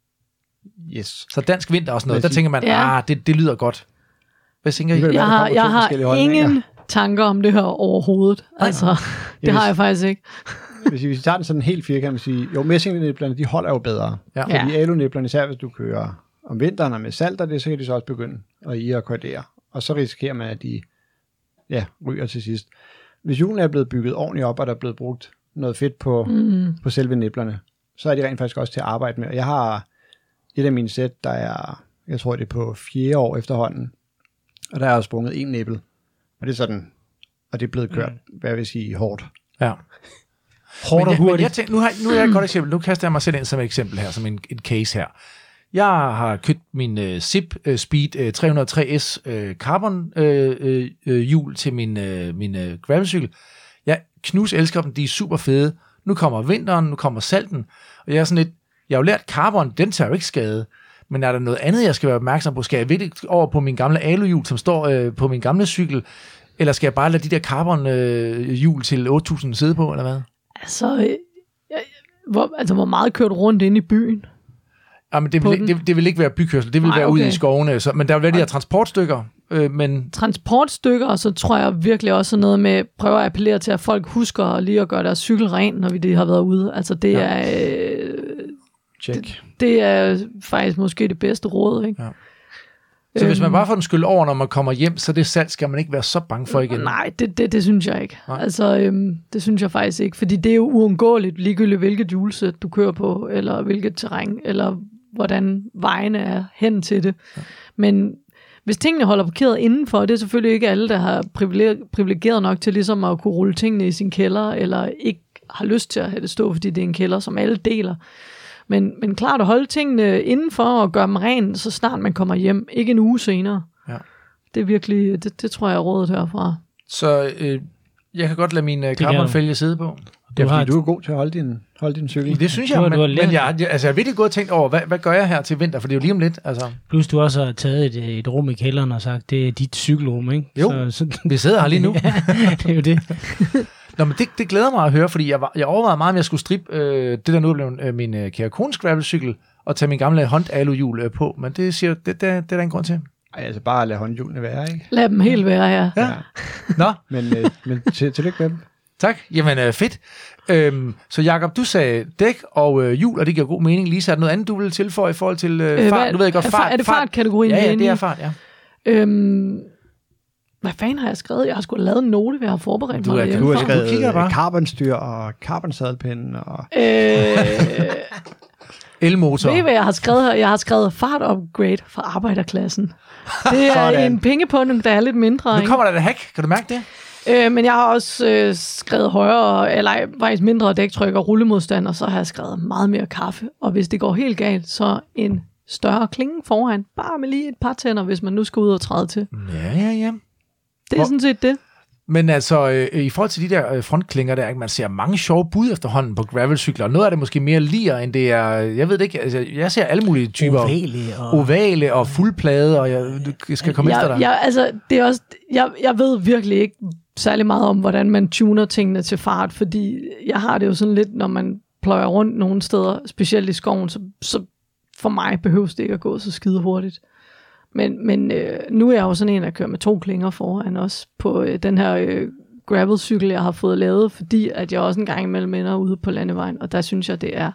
Speaker 4: yes.
Speaker 1: Så dansk vinter og sådan noget,
Speaker 4: Hvad
Speaker 1: der tænker man,
Speaker 3: Ja.
Speaker 1: ah, det, det lyder godt. Hvad tænker I?
Speaker 4: Det kan
Speaker 3: Jeg
Speaker 4: være, der
Speaker 3: har,
Speaker 4: kommer
Speaker 3: jeg
Speaker 4: to
Speaker 3: har
Speaker 4: forskellige holdninger.
Speaker 3: ingen tanker om det her overhovedet. Altså, det
Speaker 4: Yes.
Speaker 3: har jeg faktisk ikke.
Speaker 4: Hvis vi tager den sådan helt firkant, kan man sige, jo, messingnæblerne, de holder jo bedre.
Speaker 1: Ja.
Speaker 4: Fordi alunæblerne, især hvis du kører om vinteren og med salt og det, så kan de så også begynde at i og koordere. Og så risikerer man, at de ja, ryger til sidst. Hvis julen er blevet bygget ordentligt op, og der er blevet brugt noget fedt på, mm. på selve næblerne, så er de rent faktisk også til at arbejde med. Og jeg har et af mine sæt, der er, jeg tror det er på fjerde år efterhånden, og der er jeg sprunget en næbbel. Og det er sådan, og det er blevet kørt, mm. hvad jeg vil sige, hårdt.
Speaker 1: Ja.
Speaker 2: Hårdt
Speaker 1: men
Speaker 2: og
Speaker 1: jeg, men
Speaker 2: hurtigt.
Speaker 1: jeg tænker, nu, har, nu er jeg et godt eksempel. Nu kaster jeg mig selv ind som et eksempel her, som en, en case her. Jeg har købt min uh, Zip uh, Speed uh, tre hundrede og tre S uh, carbon uh, uh, hjul til min, uh, min uh, gravelcykel. Jeg knus elsker dem, de er super fede. Nu kommer vinteren, nu kommer salten, og jeg er sådan lidt, jeg har jo lært carbon, den tager jo ikke skade. Men er der noget andet, jeg skal være opmærksom på? Skal jeg virkelig over på min gamle aluhjul, som står øh, på min gamle cykel? Eller skal jeg bare lade de der carbon-hjul øh, til otte tusind sidde på, eller hvad?
Speaker 3: Altså, øh, jeg, hvor, altså, hvor meget kørt rundt inde i byen?
Speaker 1: Jamen, det, vil, det, det vil ikke være bykørsel, det vil
Speaker 3: Nej,
Speaker 1: være
Speaker 3: okay.
Speaker 1: ude i skovene. Så, men der vil være de her transportstykker. Øh, men...
Speaker 3: Transportstykker, og så tror jeg virkelig også noget med, prøver at appellere til, at folk husker lige at gøre deres cykel ren, når vi det har været ude. Altså, det ja. er... Øh,
Speaker 4: Check.
Speaker 3: Det, det er faktisk måske det bedste råd, ikke?
Speaker 1: Ja. Så øhm, hvis man bare får den skyld over, når man kommer hjem, så det salt skal man ikke være så bange for igen.
Speaker 3: Nej, det, det, det synes jeg ikke.
Speaker 1: Nej.
Speaker 3: Altså, øhm, det synes jeg faktisk ikke, fordi det er jo uundgåeligt, ligegyldigt hvilket hjulsæt du kører på, eller hvilket terræn, eller hvordan vejene er hen til det. Ja. Men hvis tingene holder parkeret indenfor, det er selvfølgelig ikke alle, der har privilegeret nok til ligesom at kunne rulle tingene i sin kælder, eller ikke har lyst til at have det stå, fordi det er en kælder, som alle deler. Men, men klart at holde tingene indenfor og gøre dem ren, så snart man kommer hjem. Ikke en uge senere. Ja. Det er virkelig, det, det tror jeg er rådet herfra.
Speaker 1: Så øh, jeg kan godt lade min øh, carbonfælge sidde på.
Speaker 4: Det er fordi, du er god til at holde din, holde din cykel.
Speaker 1: Det synes jeg, men, men jeg, jeg, altså, jeg har virkelig gået og tænkt over, hvad, hvad gør jeg her til vinter? For det er jo lige om lidt. Altså.
Speaker 2: Plus du også har taget et, et rum i kælderen og sagt, det er dit cykelrum, ikke?
Speaker 1: Jo,
Speaker 2: så, så,
Speaker 1: det sidder her lige nu.
Speaker 2: Ja, det er jo det.
Speaker 1: Nå, men det, det glæder mig at høre, fordi jeg, var, jeg overvejede meget, om jeg skulle strippe øh, det, der nu blev øh, min øh, kære kones gravelcykel, og tage min gamle hånd-aluhjul øh, på. Men det siger det, det, det er der en grund til.
Speaker 4: Ej, altså bare lade håndhjulene være, ikke?
Speaker 3: Lad dem helt være her.
Speaker 1: Ja. ja. Nå.
Speaker 4: Men, øh, men til, tillykke med dem.
Speaker 1: Tak. Jamen, øh, fedt. Øhm, så Jakob, du sagde dæk og øh, hjul, og det giver god mening. Lisa, er der noget andet, du vil tilføje i forhold til øh,
Speaker 3: øh,
Speaker 1: fart?
Speaker 3: hvad,
Speaker 1: Nu ved jeg godt, fart.
Speaker 3: Er det fart-kategorien?
Speaker 1: Ja, ja, det er fart, ja.
Speaker 3: Øhm, hvad fanden har jeg skrevet? Jeg har sgu lavet en note, vi har forberedt
Speaker 1: du
Speaker 3: mig.
Speaker 1: Er,
Speaker 4: du har skrevet carbonstyr og carbonsadelpinde og...
Speaker 3: Øh,
Speaker 1: elmotor.
Speaker 3: Ved I, hvad jeg har skrevet her? Jeg har skrevet fart-upgrade for arbejderklassen. Det er en pengepunding, der er lidt mindre.
Speaker 1: Nu kommer der et hack. Kan du mærke det?
Speaker 3: Øh, men jeg har også øh, skrevet højere, eller faktisk mindre dæktryk og rullemodstand, og så har jeg skrevet meget mere kaffe. Og hvis det går helt galt, så en større klinge foran. Bare med lige et par tænder, hvis man nu skal ud og træde til.
Speaker 1: Ja, ja, ja.
Speaker 3: Det er Hvor... sådan set det.
Speaker 1: Men altså, øh, i forhold til de der øh, frontklinger der, man ser mange sjove bud efterhånden på gravelcykler. Noget af det måske mere lir, end det er, jeg ved det ikke, altså, jeg ser alle mulige typer.
Speaker 2: Ovale og...
Speaker 1: Ovale og fuldplade, og jeg, du skal komme
Speaker 3: jeg,
Speaker 1: efter dig.
Speaker 3: Jeg, altså, det er også, jeg, jeg ved virkelig ikke særlig meget om, hvordan man tuner tingene til fart, fordi jeg har det jo sådan lidt, når man pløjer rundt nogle steder, specielt i skoven, så, så for mig behøves det ikke at gå så skide hurtigt. Men, men øh, nu er jeg jo sådan en, der kører med to klinger foran også på øh, den her øh, gravelcykel, jeg har fået lavet, fordi at jeg også en gang imellem ender ude på landevejen, og der synes jeg, det er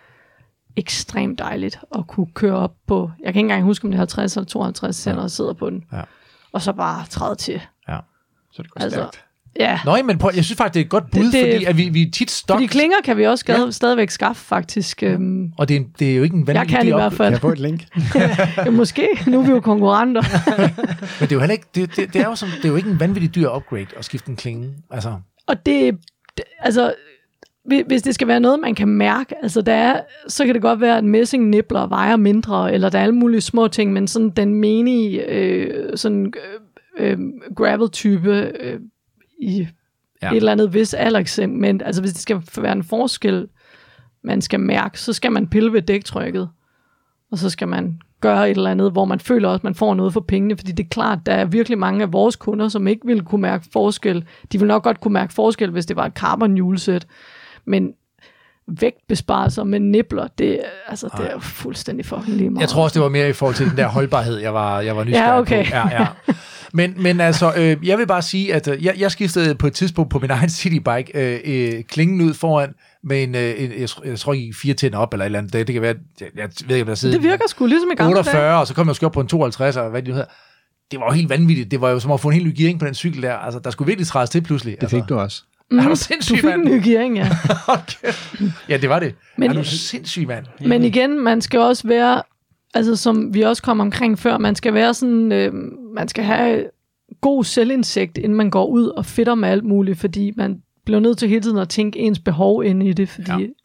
Speaker 3: ekstremt dejligt at kunne køre op på, jeg kan ikke engang huske, om det er halvtreds eller tooghalvtreds center, og sidder på den, ja. Og så bare træde til.
Speaker 1: Ja,
Speaker 4: så det går altså, stærkt.
Speaker 3: Ja.
Speaker 1: Nå, men på, jeg synes faktisk, det er et godt bud, det, det, fordi at vi, vi tit stokt.
Speaker 3: Fordi klinger kan vi også skade, ja. stadigvæk skaffe, faktisk. Ja.
Speaker 1: Og det er, det er jo ikke en vanvittig...
Speaker 3: Jeg kan i hvert fald.
Speaker 4: Kan jeg få et link?
Speaker 3: Ja, måske. Nu er vi jo konkurrenter.
Speaker 1: Men det er jo heller ikke... Det, det, det, er jo som, det er jo ikke en vanvittig dyr upgrade at skifte en klinge. Altså.
Speaker 3: Og det... det altså... Hvis det skal være noget, man kan mærke, altså der er, så kan det godt være, at messingnibler vejer mindre, eller der er alle mulige små ting, men sådan den menige øh, sådan, øh, øh, gravel-type øh, i ja. et eller andet vis alderssegment, altså hvis det skal være en forskel, man skal mærke, så skal man pille ved dæktrykket, og så skal man gøre et eller andet, hvor man føler også, at man får noget for pengene, fordi det er klart, der er virkelig mange af vores kunder, som ikke vil kunne mærke forskel. De vil nok godt kunne mærke forskel, hvis det var et carbon-hjulsæt. Men vægtbesparelser med nibler, det, altså, det er jo fuldstændig fucking lige meget.
Speaker 1: Jeg tror også, det var mere i forhold til den der holdbarhed, jeg var, jeg var nysgerrig
Speaker 3: ja, okay.
Speaker 1: på. Ja, ja. Men, men altså, øh, jeg vil bare sige, at øh, jeg, jeg skiftede på et tidspunkt på min egen citybike øh, øh, klingen ud foran med en, øh, en jeg, jeg tror ikke, fire tænder op eller et eller andet. Det, det kan være, jeg, jeg ved ikke, hvad der sidder.
Speaker 3: Det virker sgu ligesom i gamle
Speaker 1: otteogfyrre,
Speaker 3: dage.
Speaker 1: Og så kom jeg måske op på en tooghalvtreds, og hvad det hedder. Det var jo helt vanvittigt. Det var jo som at få en helt ny gearing på den cykel der. Altså, der skulle virkelig trædes til pludselig.
Speaker 4: Det fik
Speaker 1: altså.
Speaker 4: du også.
Speaker 3: Mm,
Speaker 1: er
Speaker 3: du
Speaker 1: sindssyg,
Speaker 3: fik
Speaker 1: mand?
Speaker 3: en ny gearing, ja.
Speaker 1: Okay. Ja, det var det. Men, er du sindssyg, mand?
Speaker 3: Men igen, man skal også være, altså som vi også kom omkring før, man skal være sådan, øh, man skal have god selvindsigt, inden man går ud og fitter med alt muligt, fordi man bliver nødt til hele tiden at tænke ens behov ind i det, fordi ja.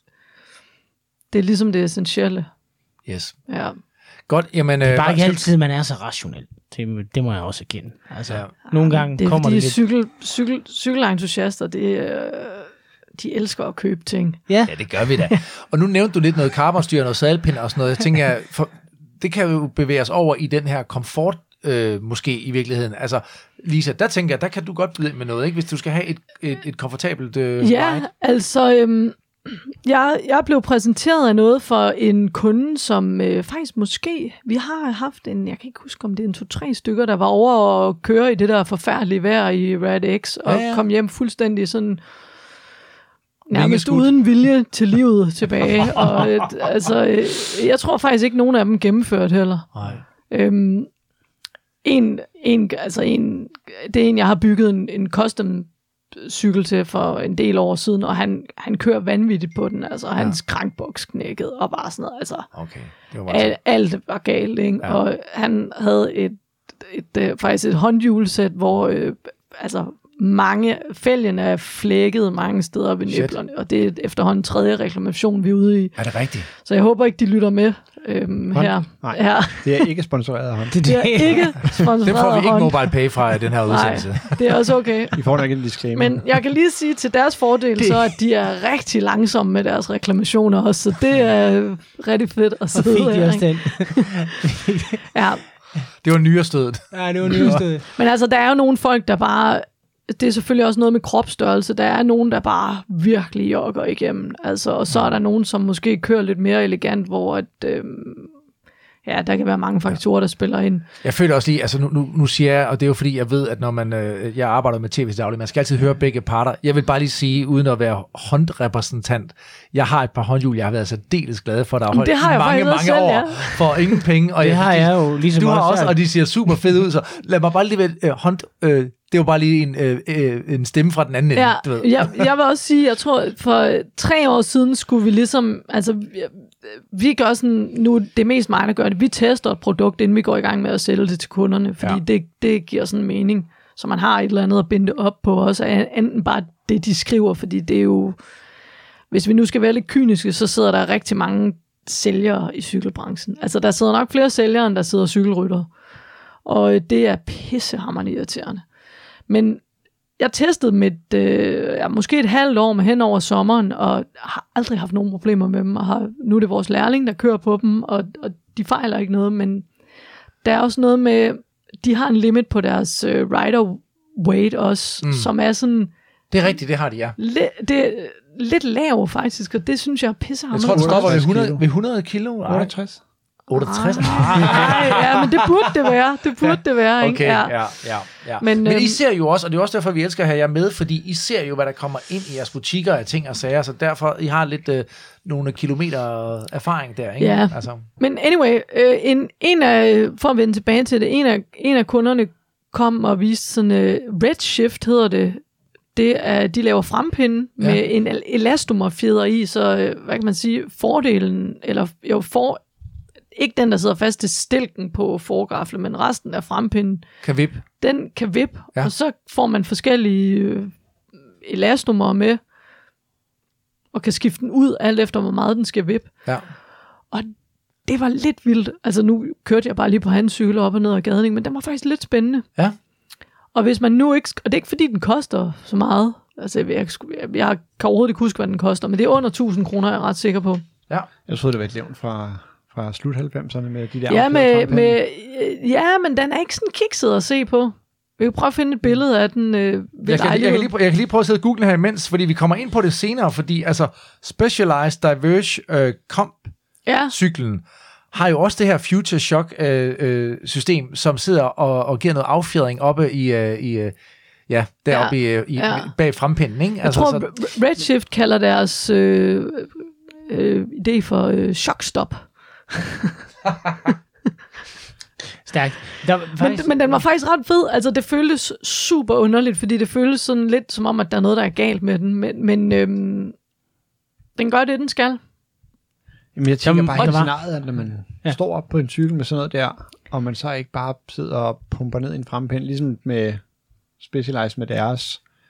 Speaker 3: det er ligesom det essentielle.
Speaker 1: Yes.
Speaker 3: Ja.
Speaker 1: Godt, jamen...
Speaker 2: Det er
Speaker 1: øh,
Speaker 2: bare ikke
Speaker 1: cykel-
Speaker 2: altid, man er så rationel. Det, det må jeg også erkende. Altså,
Speaker 1: Ja.
Speaker 2: nogle gange
Speaker 3: det er
Speaker 2: kommer
Speaker 3: fordi
Speaker 2: det lidt...
Speaker 3: cykel, cykel, cykelentusiaster, det, øh, de elsker at købe ting.
Speaker 2: Ja.
Speaker 1: Ja, det gør vi da. Og nu nævnte du lidt noget carbonstyr, noget sadelpind og sådan noget. Jeg tænker, for, det kan jo bevæge os over i den her komfort, øh, måske i virkeligheden. Altså, Lisa, der tænker jeg, der kan du godt byde ind med noget, ikke? Hvis du skal have et, et, et komfortabelt øh,
Speaker 3: Ja,
Speaker 1: ride.
Speaker 3: altså, øhm, jeg, jeg blev præsenteret af noget for en kunde, som øh, faktisk måske, vi har haft en, jeg kan ikke huske, om det er en to-tre stykker, der var over og køre i det der forfærdelige vejr i Rad X, og
Speaker 1: Ja, ja.
Speaker 3: kom hjem fuldstændig sådan, nærmest
Speaker 1: Vingeskudt.
Speaker 3: uden vilje til livet tilbage. Og øh, altså, øh, jeg tror faktisk ikke, nogen af dem gennemført heller.
Speaker 1: Nej.
Speaker 3: Øhm, en, en, altså en, det er en, jeg har bygget en, en custom cykel til for en del år siden, og han, han kører vanvittigt på den. Altså, hans krankboks knækkede, og bare sådan noget. Altså,
Speaker 1: Okay, det var bare
Speaker 3: alt, alt var galt, ikke?
Speaker 1: Ja.
Speaker 3: Og han havde et, et, et, faktisk et håndhjulsæt, hvor øh, altså, mange fælgene er flækket mange steder ved
Speaker 1: Shit.
Speaker 3: niblerne, og det er efterhånden tredje reklamation, vi er ude i.
Speaker 1: Er det rigtigt?
Speaker 3: Så jeg håber ikke, de lytter med øhm,
Speaker 4: Hånd?
Speaker 3: her.
Speaker 4: Nej.
Speaker 3: Ja.
Speaker 4: Det er ikke sponsoreret af hånd.
Speaker 2: Det,
Speaker 3: Det er ikke sponsoreret
Speaker 1: Det får vi
Speaker 3: af
Speaker 1: ikke
Speaker 3: hånd.
Speaker 1: mobile pay fra i den her
Speaker 3: Nej,
Speaker 1: udsendelse.
Speaker 3: det er også okay.
Speaker 4: I får nok en disclaimer.
Speaker 3: Men jeg kan lige sige til deres fordel,
Speaker 1: Det-
Speaker 3: så at de er rigtig langsomme med deres reklamationer også, så det er rigtig fedt at
Speaker 2: og
Speaker 3: sidde
Speaker 2: fik de
Speaker 3: her.
Speaker 2: også
Speaker 3: ikke?
Speaker 2: den.
Speaker 3: Ja.
Speaker 1: Det var nyrestødet.
Speaker 2: Ja, det var nyeste.
Speaker 3: Men altså, der er jo nogle folk, der bare... Det er selvfølgelig også noget med kropsstørrelse. Der er nogen, der bare virkelig jogger igennem. Altså, og så er der nogen, som måske kører lidt mere elegant, hvor at, øhm, ja, der kan være mange faktorer, der spiller ind.
Speaker 1: Jeg føler også lige, altså nu, nu, nu siger jeg, og det er jo fordi, jeg ved, at når man, øh, jeg arbejder med tv til daglig, man skal altid høre begge parter. Jeg vil bare lige sige, uden at være håndrepræsentant, jeg har et par håndhjul, jeg har været særdeles glad for, der har holdt
Speaker 3: det har jeg
Speaker 1: mange,
Speaker 3: faktisk
Speaker 1: mange
Speaker 3: også
Speaker 1: år
Speaker 3: selv,
Speaker 1: for ingen penge. Og
Speaker 2: Det
Speaker 1: jeg,
Speaker 2: har
Speaker 1: de,
Speaker 2: jeg jo ligesom
Speaker 1: Du har også,
Speaker 2: sagt.
Speaker 1: og de ser super fede ud, så lad mig bare lige være øh, hånd... Øh, det var bare lige en, øh, øh, en stemme fra den anden ende,
Speaker 3: Ja,
Speaker 1: du ved.
Speaker 3: jeg, jeg vil også sige, jeg tror, for tre år siden skulle vi ligesom, altså, vi, vi gør sådan, nu det er mest mig, der gør det, vi tester et produkt, inden vi går i gang med at sælge det til kunderne, fordi
Speaker 1: Ja.
Speaker 3: det, det giver sådan mening, så man har et eller andet at binde op på, også enten bare det, de skriver, fordi det er jo, hvis vi nu skal være lidt kyniske, så sidder der rigtig mange sælgere i cykelbranchen. Altså, der sidder nok flere sælgere, end der sidder cykelryttere, og det er pissehammerende irriterende. Men jeg testede med et, øh, ja, måske et halvt år med hen over sommeren, og har aldrig haft nogen problemer med dem, og har, nu er det vores lærling, der kører på dem, og, og de fejler ikke noget, men der er også noget med, de har en limit på deres øh, rider weight også,
Speaker 1: Mm.
Speaker 3: mm. som er sådan,
Speaker 1: Det er rigtigt, det har de, ja.
Speaker 3: li, det er lidt lav faktisk, og det synes jeg er
Speaker 1: Jeg
Speaker 3: pissehammerende.
Speaker 1: tror, det stopper ved
Speaker 4: otteogtres
Speaker 1: hundrede,
Speaker 4: kilo.
Speaker 1: ved hundrede kilo. Ej,
Speaker 4: otteogtres.
Speaker 1: otteogtres.
Speaker 3: Nej, ja, men det burde det være, det burde det være, ikke?
Speaker 1: Okay, ja, ja, ja.
Speaker 3: Men,
Speaker 1: Men, Men I
Speaker 3: øhm,
Speaker 1: ser jo også, og det er også derfor, vi elsker at have jer med, fordi I ser jo, hvad der kommer ind i jeres butikker af ting og sager, så derfor I har lidt øh, nogle kilometer erfaring der, ikke?
Speaker 3: Ja.
Speaker 1: Altså,
Speaker 3: Men anyway, øh, en, en af, for at vende tilbage til det, en af, en af kunderne kom og viste sådan, uh, Redshift hedder det, det er, de laver frempinde
Speaker 1: Ja.
Speaker 3: med en el- elastomerfjeder i, så øh, hvad kan man sige, fordelen, eller jo, for, ikke den, der sidder fast til stilken på forgafle, men resten af frempinden,
Speaker 1: kan vippe.
Speaker 3: den kan vippe,
Speaker 1: Ja.
Speaker 3: ja. og så får man forskellige øh, elastomer med, og kan skifte den ud, alt efter hvor meget den skal vippe.
Speaker 1: Ja.
Speaker 3: Og det var lidt vildt. Altså nu kørte jeg bare lige på hans cykel op og ned ad gaden, men den var faktisk lidt spændende.
Speaker 1: Ja.
Speaker 3: Og hvis man nu ikke, og det er ikke fordi den koster så meget, altså jeg, jeg, jeg, jeg kan overhovedet ikke huske, hvad den koster, men det er under tusind kroner, jeg er ret sikker på.
Speaker 1: Ja.
Speaker 4: Jeg troede, det var et levn fra, fra slut halvfemserne med de der
Speaker 3: Ja, med,
Speaker 4: affjedrede
Speaker 3: med, ja, men den er ikke sådan kikset at se på. Vi kan prøve at finde et billede af den øh, ved
Speaker 1: Jeg kan, jeg, kan
Speaker 3: lejligheden.
Speaker 1: lige, jeg kan lige prøve at sidde og google her imens, fordi vi kommer ind på det senere, fordi altså Specialized Diverge øh, Comp-cyklen
Speaker 3: Ja,
Speaker 1: har jo også det her Future Shock øh, øh, system, som sidder og, og giver noget affjedring oppe i, øh, i øh, ja, deroppe ja. i, øh, i,
Speaker 3: Ja.
Speaker 1: bag frempinden, ikke?
Speaker 3: jeg altså, tror, så... Redshift kalder deres øh, øh, idé for øh, shockstop.
Speaker 2: Stærkt. Der,
Speaker 3: Men,
Speaker 2: faktisk,
Speaker 3: men den var faktisk ret fed. Altså, det føltes super underligt, fordi det føltes sådan lidt som om, at der er noget, der er galt med den. Men, men øhm, den gør det, den skal.
Speaker 4: Jamen, jeg tænker
Speaker 2: Jamen,
Speaker 4: bare
Speaker 2: og
Speaker 4: helt
Speaker 2: der var-
Speaker 4: scenariet, at når man
Speaker 2: Ja.
Speaker 4: ja. står op på en cykel med sådan noget der, og man så ikke bare sidder og pumper ned i en frempind, ligesom med Specialized med deres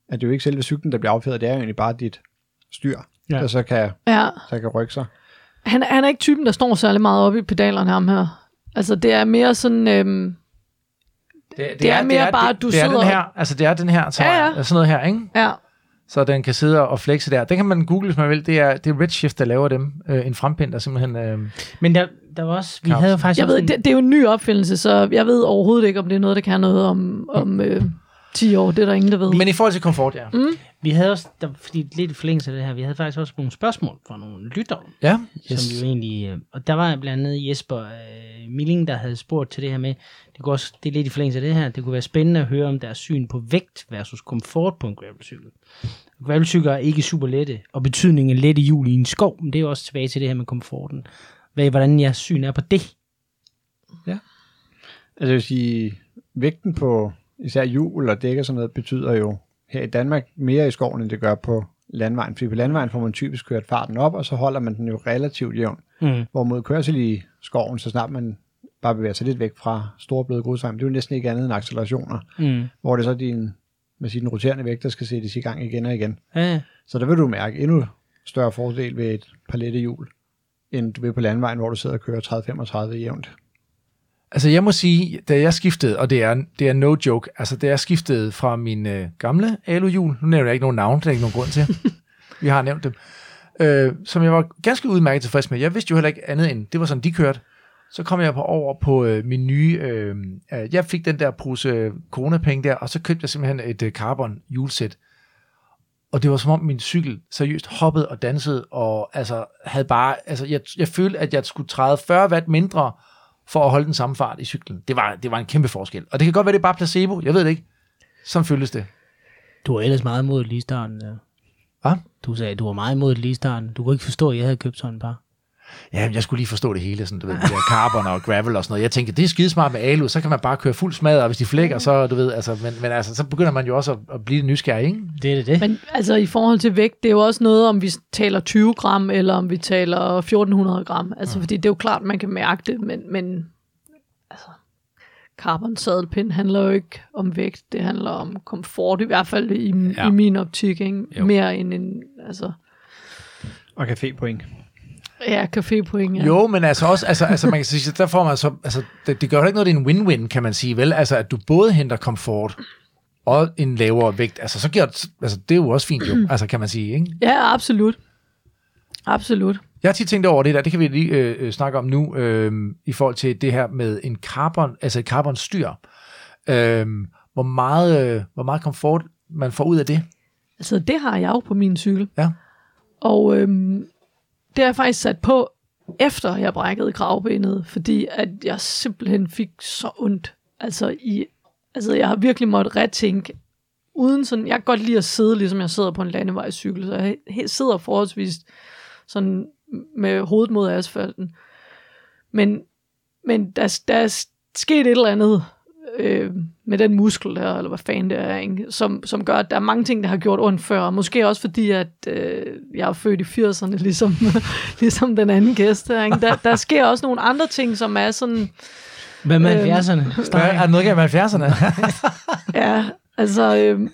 Speaker 4: at det er jo ikke selve cyklen, der bliver affjedret, det er jo egentlig bare dit styr, ja. der så kan,
Speaker 3: ja.
Speaker 4: så kan rykke sig.
Speaker 3: Han, han er ikke typen, der står særlig meget oppe i pedalerne, ham her. Altså, det er mere sådan... Øhm, det, det, det er, er mere det er, bare, at du
Speaker 1: det,
Speaker 3: sidder...
Speaker 1: Det er den her, altså det er den her, så ja, ja. sådan noget her, ikke?
Speaker 3: Ja.
Speaker 1: Så den kan sidde og flexe der. Den kan man google, hvis man vil. Det er, det er Redshift, der laver dem. Øh, en frempind, der simpelthen... Øh,
Speaker 2: Men der, der var også... Vi havde jo faktisk...
Speaker 3: Jeg ved, det, det er jo en ny opfindelse, så jeg ved overhovedet ikke, om det er noget, der kan noget om, om øh, ti år. Det er der ingen, der ved.
Speaker 1: Men i forhold til komfort, ja.
Speaker 3: Mm.
Speaker 2: Vi havde også... Der, fordi lidt i forlængelse af det her, vi havde faktisk også nogle spørgsmål fra nogle lyttere.
Speaker 1: Ja.
Speaker 2: Yes. Som jo egentlig... Og der var blandt andet Jesper øh, Milling, der havde spurgt til det her med... Det, kunne også, det er lidt i forlængelse af det her. Det kunne være spændende at høre om deres syn på vægt versus komfort på en gravelcykel. Gravelcykler er ikke super lette, og betydningen af lette hjul i en skov, men det er jo også tilbage til det her med komforten. Hvad, hvordan jeres syn er på det?
Speaker 4: Ja. Altså jeg vil sige, vægten på især hjul og dæk og sådan noget, betyder jo her i Danmark mere i skoven, end det gør på landvejen. Fordi på landvejen får man typisk kørt farten op, og så holder man den jo relativt jævn. Mm. Hvorimod kørsel i skoven, så snart man bare bevæger sig lidt væk fra store bløde grusveje, det er jo næsten ikke andet end accelerationer. Mm. Hvor det så din... med sin roterende vægt, der skal sættes i gang igen og igen.
Speaker 2: Ja.
Speaker 4: Så der vil du mærke endnu større fordel ved et par lette hjul, end du vil på landvejen, hvor du sidder og kører tredive femogtredive jævnt.
Speaker 1: Altså jeg må sige, da jeg skiftede, og det er, det er no joke, altså da jeg skiftede fra min øh, gamle aluhjul, nu nævner jeg ikke nogen navn, der er ikke nogen grund til, vi har nævnt dem, øh, som jeg var ganske udmærket tilfreds med. Jeg vidste jo heller ikke andet end, det var sådan, de kørte. Så kom jeg på over på øh, min nye, øh, øh, jeg fik den der pose øh, coronapenge der, og så købte jeg simpelthen et øh, carbon hjulsæt. Og det var som om min cykel seriøst hoppede og dansede, og altså havde bare, altså jeg, jeg følte, at jeg skulle træde fyrre watt mindre, for at holde den samme fart i cyklen. Det var, det var en kæmpe forskel. Og det kan godt være, det er bare placebo, jeg ved det ikke. Sådan føles det.
Speaker 2: Du var ellers meget imod lige starten. Ja.
Speaker 1: Hvad?
Speaker 2: Du sagde, at du var meget imod lige starten. Du kunne ikke forstå, at jeg havde købt sådan en par.
Speaker 1: Ja, jeg skulle lige forstå det hele, sådan, du ved, de der carbon og gravel og sådan noget. Jeg tænkte, det er skidesmart med alu, så kan man bare køre fuld smadret, og hvis de flækker, så, du ved, altså, men, men altså, så begynder man jo også at, at blive nysgerrig, ikke?
Speaker 2: Det er det, det.
Speaker 3: Men altså, i forhold til vægt, det er jo også noget, om vi taler tyve gram, eller om vi taler fjorten hundrede gram. Altså, ja. Fordi det er jo klart, man kan mærke det, men, men altså, carbon sadelpind handler jo ikke om vægt, det handler om komfort, i hvert fald i, ja. i min optik, ikke? Mere end en, altså...
Speaker 4: Og cafépoint.
Speaker 3: Ja, cafépoint, ja.
Speaker 1: Jo, men altså også, altså, altså man kan sige, der får man så, altså, det, det gør ikke noget, det er en win-win, kan man sige, vel? Altså, at du både henter komfort og en lavere vægt, altså, så giver det, altså, det er jo også fint, jo, altså, kan man sige, ikke?
Speaker 3: Ja, absolut. Absolut.
Speaker 1: Jeg har tit tænkt over det der, det kan vi lige øh, snakke om nu, øh, i forhold til det her med en carbon, altså et carbonstyr. Øh, hvor meget, øh, hvor meget komfort man får ud af det?
Speaker 3: Altså, det har jeg jo på min cykel.
Speaker 1: Ja.
Speaker 3: Og øhm, det har jeg faktisk sat på, efter jeg brækkede kravbenet, fordi at jeg simpelthen fik så ondt. Altså, i, altså jeg har virkelig måttet retænke, uden sådan, jeg kan godt lide at sidde, ligesom jeg sidder på en landevejscykel, så jeg sidder forholdsvis sådan med hovedet mod asfalten. Men, men der, der er sket et eller andet øh, med den muskel der, eller hvad fanden det er, ikke? Som, som gør, at der er mange ting, der har gjort ondt før, og måske også fordi, at øh, jeg er født i firserne, ligesom, ligesom den anden gæst her, ikke? Der, der sker også nogle andre ting, som er sådan...
Speaker 2: Hvad med halvfjerdserne?
Speaker 1: Øh, er der noget galt med halvfjerdserne?
Speaker 3: Ja, altså... Øh,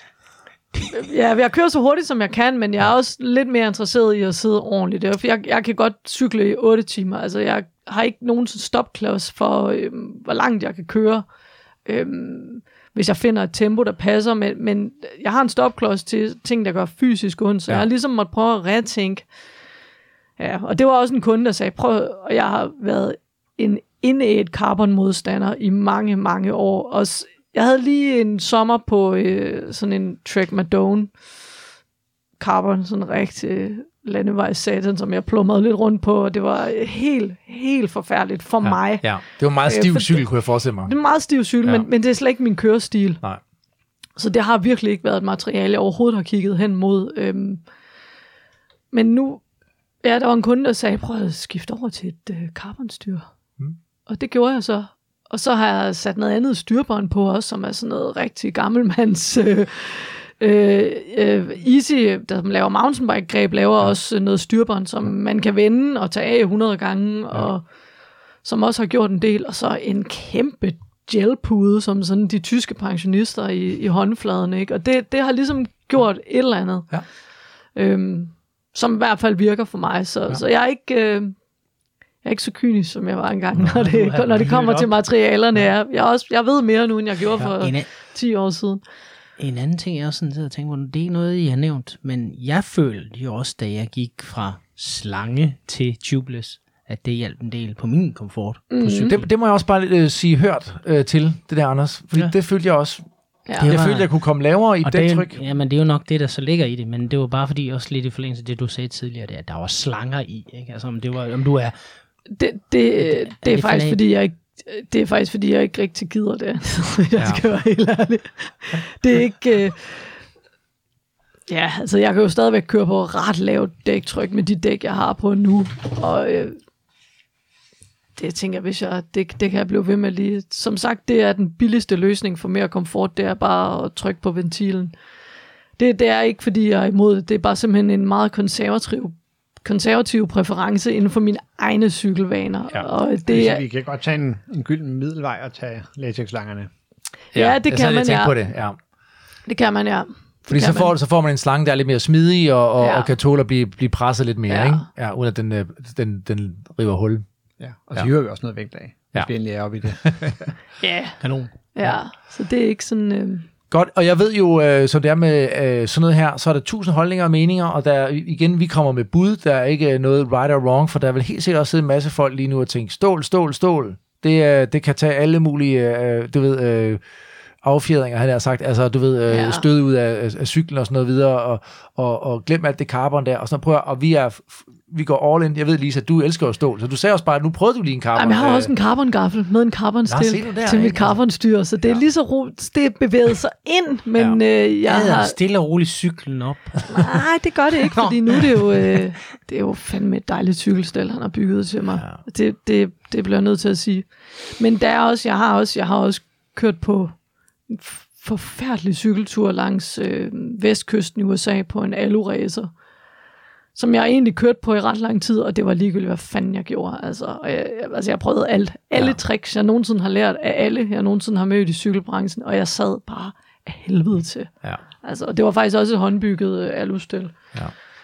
Speaker 3: ja, jeg kører så hurtigt, som jeg kan, men jeg er også lidt mere interesseret i at sidde ordentligt. Jeg, jeg kan godt cykle i otte timer. Altså, jeg har ikke nogen stopklods for, øhm, hvor langt jeg kan køre, øhm, hvis jeg finder et tempo, der passer. Men, men jeg har en stopklods til ting, der gør fysisk ondt, så ja. Jeg har ligesom måttet prøve at retænke. Ja, og det var også en kunde, der sagde, prøv, og jeg har været en indædt carbon-modstander i mange, mange år. Og jeg havde lige en sommer på øh, sådan en Trek Madone carbon, sådan en rigtig landevejssatan, som jeg plumrede lidt rundt på, og det var helt, helt forfærdeligt for
Speaker 1: ja,
Speaker 3: mig.
Speaker 1: Ja, det var meget stiv cykel, kunne jeg forestille mig.
Speaker 3: Det er meget stiv cykel, ja. men, men det er slet ikke min kørestil.
Speaker 1: Nej.
Speaker 3: Så det har virkelig ikke været et materiale, jeg overhovedet har kigget hen mod. Øhm, men nu, ja, der var en kunde, der sagde, prøv at skifte over til et øh, carbonstyr. Hmm. Og det gjorde jeg så. Og så har jeg sat noget andet styrbånd på også, som er sådan noget rigtig gammelmands øh, øh, Easy, der laver mountainbike-greb, laver ja. også noget styrbånd, som man kan vende og tage af hundrede gange, ja. og som også har gjort en del. Og så en kæmpe gelpude, som sådan de tyske pensionister i, i håndfladen, ikke? Og det, det har ligesom gjort et eller andet,
Speaker 1: Ja.
Speaker 3: øhm, som i hvert fald virker for mig. Så, ja. så jeg er ikke... Øh, Jeg er ikke så kynisk, som jeg var engang, Nå, når, det, når det kommer til materialerne. Ja. Jeg, er også, jeg ved mere nu, end jeg gjorde for ja. ti år siden.
Speaker 2: En anden ting, jeg også sådan sidder og tænker på, det er ikke noget, I har nævnt, men jeg følte jo også, da jeg gik fra slange til tubeless, at det hjalp en del på min komfort mm. på cyklen.
Speaker 1: Det, det må jeg også bare øh, sige hørt øh, til, det der, Anders. Fordi ja. det følte jeg også. Ja. Jeg var, følte, jeg kunne komme lavere i dæktryk.
Speaker 2: Ja, men det er jo nok det, der så ligger i det. Men det var bare fordi, også lidt i forlængelse af det, du sagde tidligere, det, at der var slanger i. Ikke? Altså, om, det var, om du er...
Speaker 3: Det, det, det, er, det er faktisk fordi jeg ikke det er faktisk fordi jeg ikke rigtig gider det. Jeg skal være helt ærlig. Det er ikke øh, ja, altså jeg kan jo stadigvæk køre på ret lavt dæktryk med de dæk jeg har på nu, og øh, det tænker jeg, hvis jeg det, det kan jeg blive ved med lige. Som sagt, det er den billigste løsning for mere komfort, det er bare at trykke på ventilen. Det, det er ikke fordi jeg er imod det, det er bare simpelthen en meget konservativ konservative præference inden for mine egne cykelvaner.
Speaker 4: Ja.
Speaker 3: Og det
Speaker 4: er, vi kan godt tage en, en gylden middelvej og tage latexslangerne.
Speaker 3: Ja, ja, det kan man, ja.
Speaker 1: På det, ja.
Speaker 3: Det kan man, ja.
Speaker 1: Fordi så får, så får man en slange, der er lidt mere smidig, og, og,
Speaker 3: ja.
Speaker 1: og kan tåle at blive, blive presset lidt mere,
Speaker 3: ja.
Speaker 1: ikke? Ja, uden at den, den, den river hul.
Speaker 4: Ja, og så ja. hiver vi også noget vægt af, hvis vi endelig er oppe i det.
Speaker 3: Ja.
Speaker 2: Kanon.
Speaker 3: Ja, så det er ikke sådan... Øh...
Speaker 1: Godt, og jeg ved jo, øh, som det er med øh, sådan noget her, så er der tusind holdninger og meninger, og der igen, vi kommer med bud, der er ikke noget right or wrong, for der vil helt sikkert også sidde en masse folk lige nu og tænke, stål, stål, stål, det, øh, det kan tage alle mulige, øh, du ved, øh, affjedringer, han har sagt, altså du ved, øh, ja. stød ud af, af cyklen og sådan noget videre, og, og, og glem alt det carbon der, og sådan prøver, og vi er, vi går all in. Jeg ved, Lisa, du elsker jo stål, så du sagde også bare, at nu prøvede du lige en carbon.
Speaker 3: Jamen, jeg har også en carbongaffel med en carbonstil til mit carbonstyr, så det er ja. lige så roligt, det er bevæget sig ind, men ja. øh, jeg
Speaker 2: ja,
Speaker 3: har...
Speaker 2: stille og roligt cyklen op.
Speaker 3: Nej, det gør det ikke, fordi nu er det jo, øh, det er jo fandme et dejligt cykelstel, han har bygget til mig. Ja. Det, det, det bliver jeg nødt til at sige. Men der er også, jeg har også, jeg har også kørt på en forfærdelig cykeltur langs øh, vestkysten i U S A på en alu-racer, som jeg egentlig kørte på i ret lang tid, og det var ligegyldigt, hvad fanden jeg gjorde. Altså, og jeg, altså jeg prøvede alt, alle ja. tricks, jeg nogensinde har lært af alle, jeg nogensinde har mødt i cykelbranchen, og jeg sad bare af helvede til.
Speaker 1: Ja.
Speaker 3: Altså, og det var faktisk også et håndbygget øh, alustel.
Speaker 1: Ja.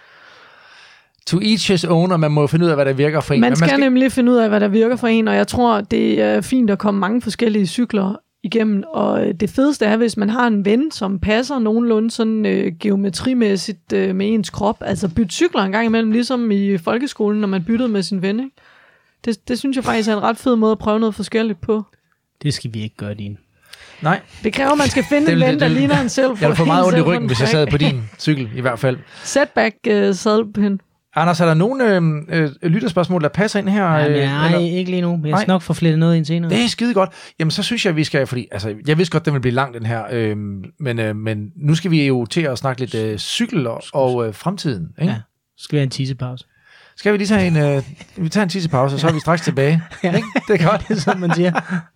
Speaker 1: To each his own, og man må finde ud af, hvad der virker for en.
Speaker 3: Man skal,
Speaker 1: man skal
Speaker 3: nemlig finde ud af, hvad der virker for en, og jeg tror, det er fint at komme mange forskellige cykler igennem, og det fedeste er, hvis man har en ven, som passer nogenlunde sådan øh, geometrimæssigt øh, med ens krop, altså bytte cykler en gang imellem, ligesom i folkeskolen, når man byttede med sin ven, ikke? Det, det synes jeg faktisk er en ret fed måde at prøve noget forskelligt på.
Speaker 2: Det skal vi ikke gøre, din.
Speaker 1: Nej.
Speaker 3: Det kræver, at man skal finde en ven, der ligner en selv.
Speaker 1: Jeg ville få meget ondt i ryggen, hvis jeg sad på din cykel, i hvert fald.
Speaker 3: Setback øh, sadelpind.
Speaker 1: Anders, er der nogle øh, øh, lytterspørgsmål, der passer ind her?
Speaker 2: Nej, øh, nej ikke lige nu. Jeg skal nok få flettet noget ind senere.
Speaker 1: Det er skide godt. Jamen, så synes jeg, at vi skal, fordi altså, jeg vidste godt, den vil blive lang, den her, øh, men, øh, men nu skal vi jo til at snakke lidt øh, cykel og, og øh, fremtiden, ikke?
Speaker 2: Ja, skal vi have en tissepause?
Speaker 1: Skal vi lige tage en, øh, vi tager en tissepause, og så er vi straks tilbage.
Speaker 2: Ja,
Speaker 1: ikke? Det er godt.
Speaker 2: Det er sådan, man siger.